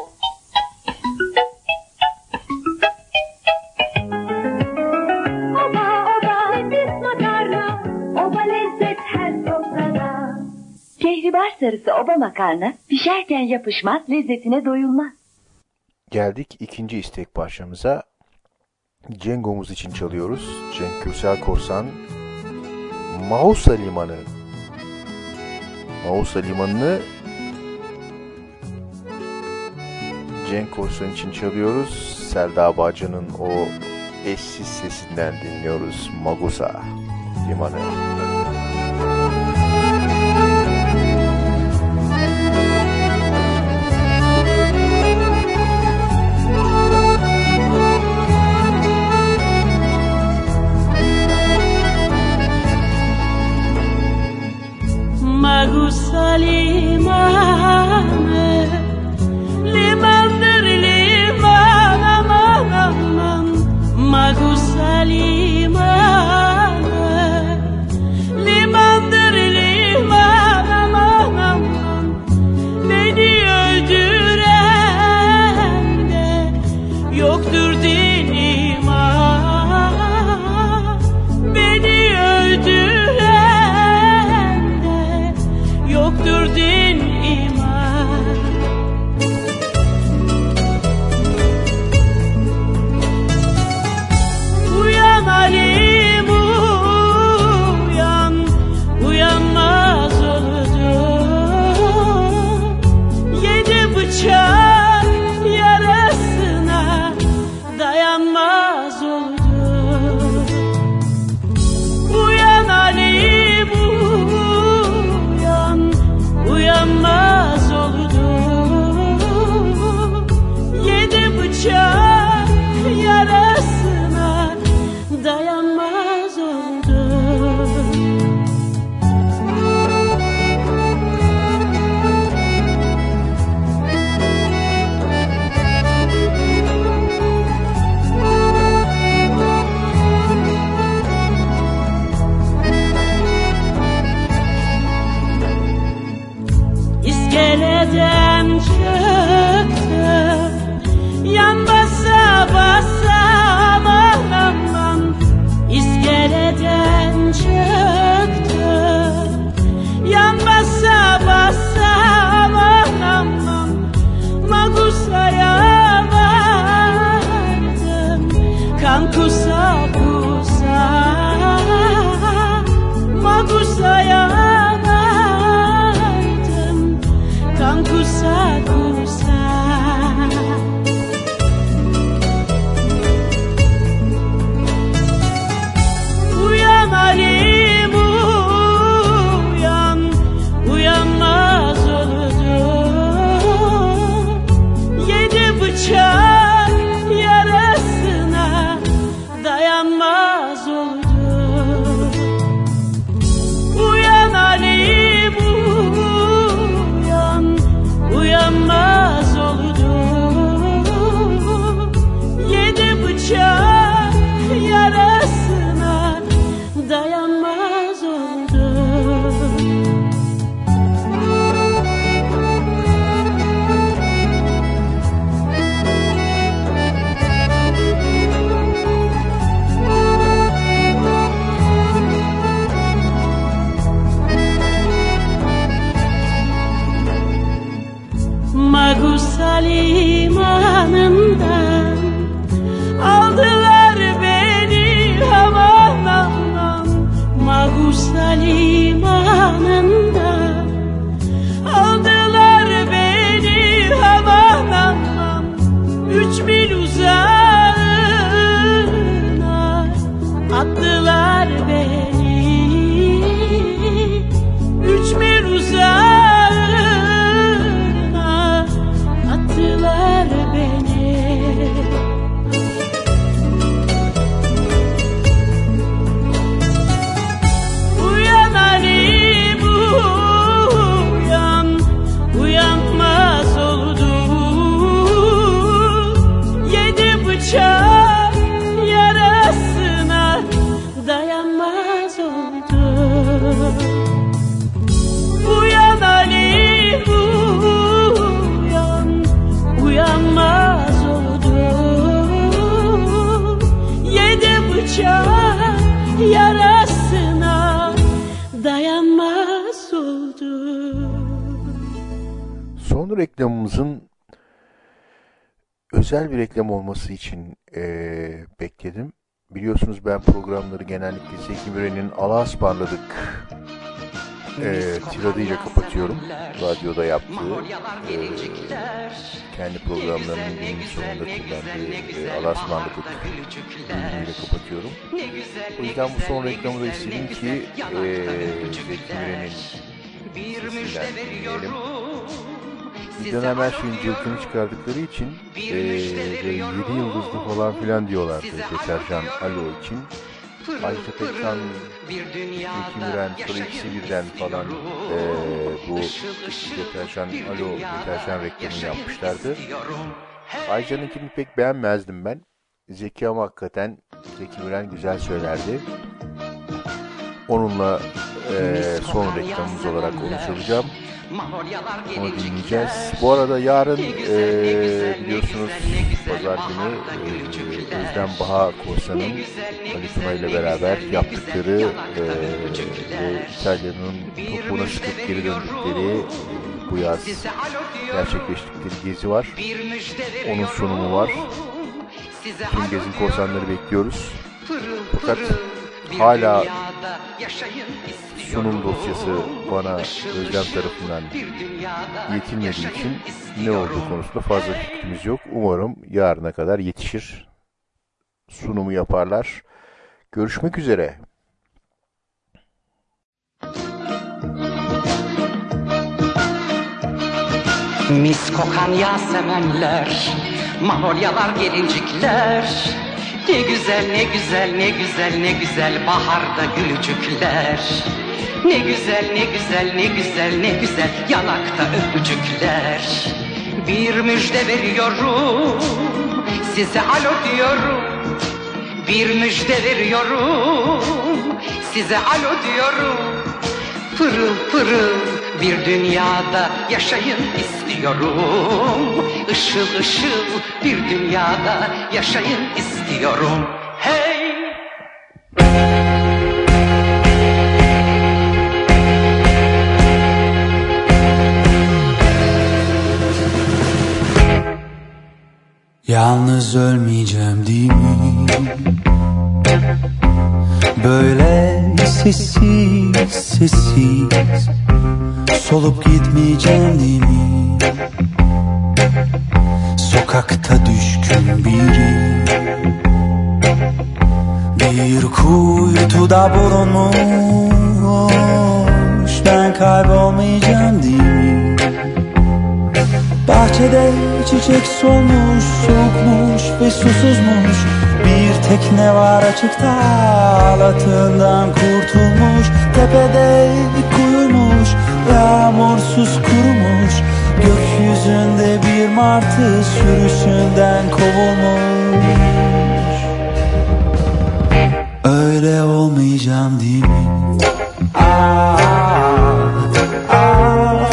Oba oba nefis makarna, oba lezzet her sofrada. Kehribar sarısı oba makarna pişerken yapışmaz, lezzetine doyulmaz. Geldik ikinci istek parçamıza. Cengo'muz için çalıyoruz. Cenk Gürsel Korsan, Mausa Limanı. Mausa Limanı'nı Cenk Korsan için çalıyoruz. Selda Bağcan'ın o eşsiz sesinden dinliyoruz. Magusa Limanı. Magusa limanı, limandır liman, aman aman. Magusa limanı, limandır liman, aman aman. Beni öldüren de yoktur din iman. Beni öldüren yoktur din iman. Uyan Halim uyan, uyanmaz oldum. Yedi bıçak yarasına dayanmaz oldum. Uyan Halim uyan, uyanmaz oldum. Yedi bıçak yarasına dayanmaz oldum. İskeleden çıktı, yan basa basa, aman aman. İskeleden çıktı, yan basa basa, aman aman. Magusa'ya vardım, kan kusa kusa. Magusa'ya vardım, kan kusa kusa. Uyan Halim uyan, uyanmaz oldum. Yedi bıçak yarasına dayanmaz oldum. Uyan Halim uyan, uyanmaz oldum. Yedi bıçak yarasına dayanmaz oldum. Magusa limanından aldılar beni, aman aman. Magusa limanından Konu reklamımızın özel bir reklam olması için e, bekledim. Biliyorsunuz ben programları genellikle Zeki Müren'in Allah'a ısmarladık e, tiradıyla kapatıyorum. Radyoda yaptığı e, kendi programlarının günün sonunda kullandığı e, Allah'a ısmarladık bölümüyle kapatıyorum. O yüzden bu son reklamı da istedim ki e, Zeki Müren'in sesinden dinleyelim. Bir dönem her şeyin cılkını çıkardıkları için e, yedi yıldızlı falan filan diyorlardı Deterjan Alo için. Ajda Pekkan, Zeki Müren, sonra ikisi birden falan e, bu Deterjan Alo deterjan reklamını yapmışlardı. Ajda'nınkini pek beğenmezdim ben. Zeki ama hakikaten Zeki Müren güzel söylerdi. Onunla e, son reklamımız olarak onu çalacağım. Onu dinleyeceğiz. Bu arada yarın e, biliyorsunuz pazar günü e, Özlem Baha Korsan'ın Ali Tuna ile beraber yaptıkları e, ve İtalya'nın topuğuna sıkıp geri döndükleri e, bu yaz gerçekleştikleri gezi var. Onun sunumu var. Tüm Gezin Korsanları bekliyoruz. Fakat hala sunum dosyası bana Özlem tarafından yetilmediği için ne olduğu konusunda fazla fikrimiz yok. Umarım yarına kadar yetişir. Sunumu yaparlar. Görüşmek üzere. Mis kokan yasemenler, maholyalar, gelincikler. Ne güzel, ne güzel, ne güzel, ne güzel baharda gülücükler. Ne güzel, ne güzel, ne güzel, ne güzel yanakta öpücükler. Bir müjde veriyorum, size alo diyorum. Bir müjde veriyorum, size alo diyorum. Pırıl pırıl bir dünyada yaşayın istiyorum. Işıl ışıl bir dünyada yaşayın istiyorum. Hey! Yalnız ölmeyeceğim değil mi? Böyle sessiz sessiz solup gitmeyeceğim değil mi? Sokakta düşkün biri, bir kuytuda bulunmuş. Ben kaybolmayacağım değil mi? Bahçede çiçek solmuş, soğukmuş ve susuzmuş. Bir tekne var açıkta, halatından kurtulmuş. Tepede kuyumuş, yağmursuz kurumuş. Gökyüzünde bir martı sürüsünden kovulmuş. Öyle olmayacağım değil mi? Aa, aa.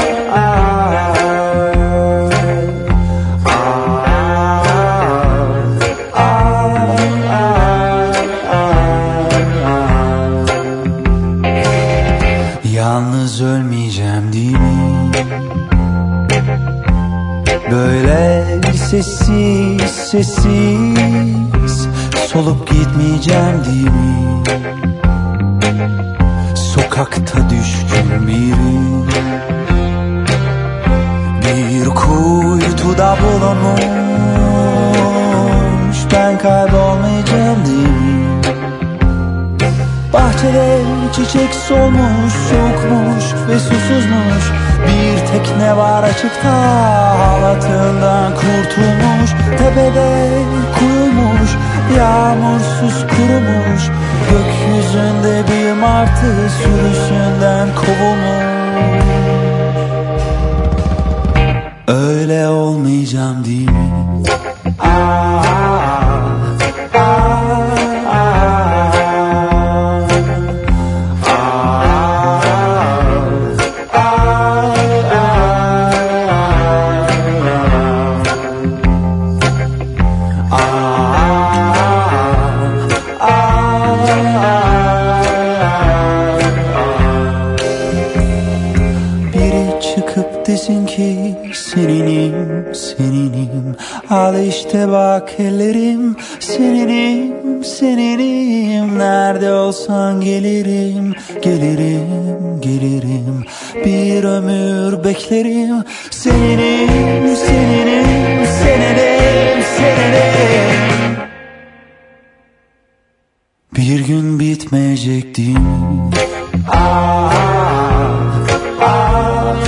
Yalnız ölmeyeceğim değil mi? Böyle sessiz sessiz solup gitmeyeceğim değil mi? Sokakta düşkün biri, bir kuytuda bulunmuş. Ben kaybolmayacağım değil mi? Bahçede çiçek solmuş, soğukmuş ve susuzmuş. Bir tekne var açıkta, halatından kurtulmuş. Tepede kuyumuş, yağmursuz kurumuş. Gökyüzünde bir martı sürüsünden kovulmuş. Öyle olmayacağım değil mi? Aa, aa, aa. Seninim, seninim, al işte bak ellerim. Seninim, seninim, nerede olsan gelirim. Gelirim, gelirim, bir ömür beklerim. Seninim, seninim, seninim, seninim. Bir gün bitmeyecek değil mi? Ah, ah, ah.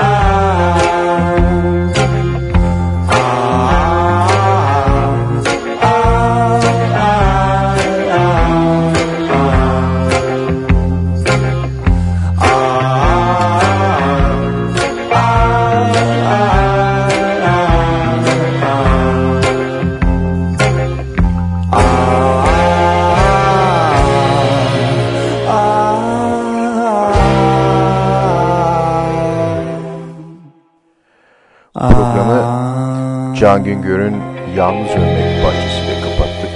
Programı Can Güngör'ün Yalnız Ölmek parçasıyla kapattık.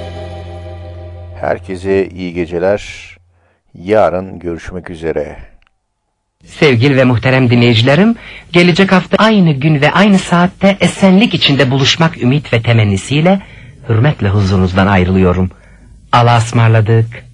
Herkese iyi geceler. Yarın görüşmek üzere. Sevgili ve muhterem dinleyicilerim, gelecek hafta aynı gün ve aynı saatte esenlik içinde buluşmak ümit ve temennisiyle hürmetle huzurunuzdan ayrılıyorum. Allah'a ısmarladık.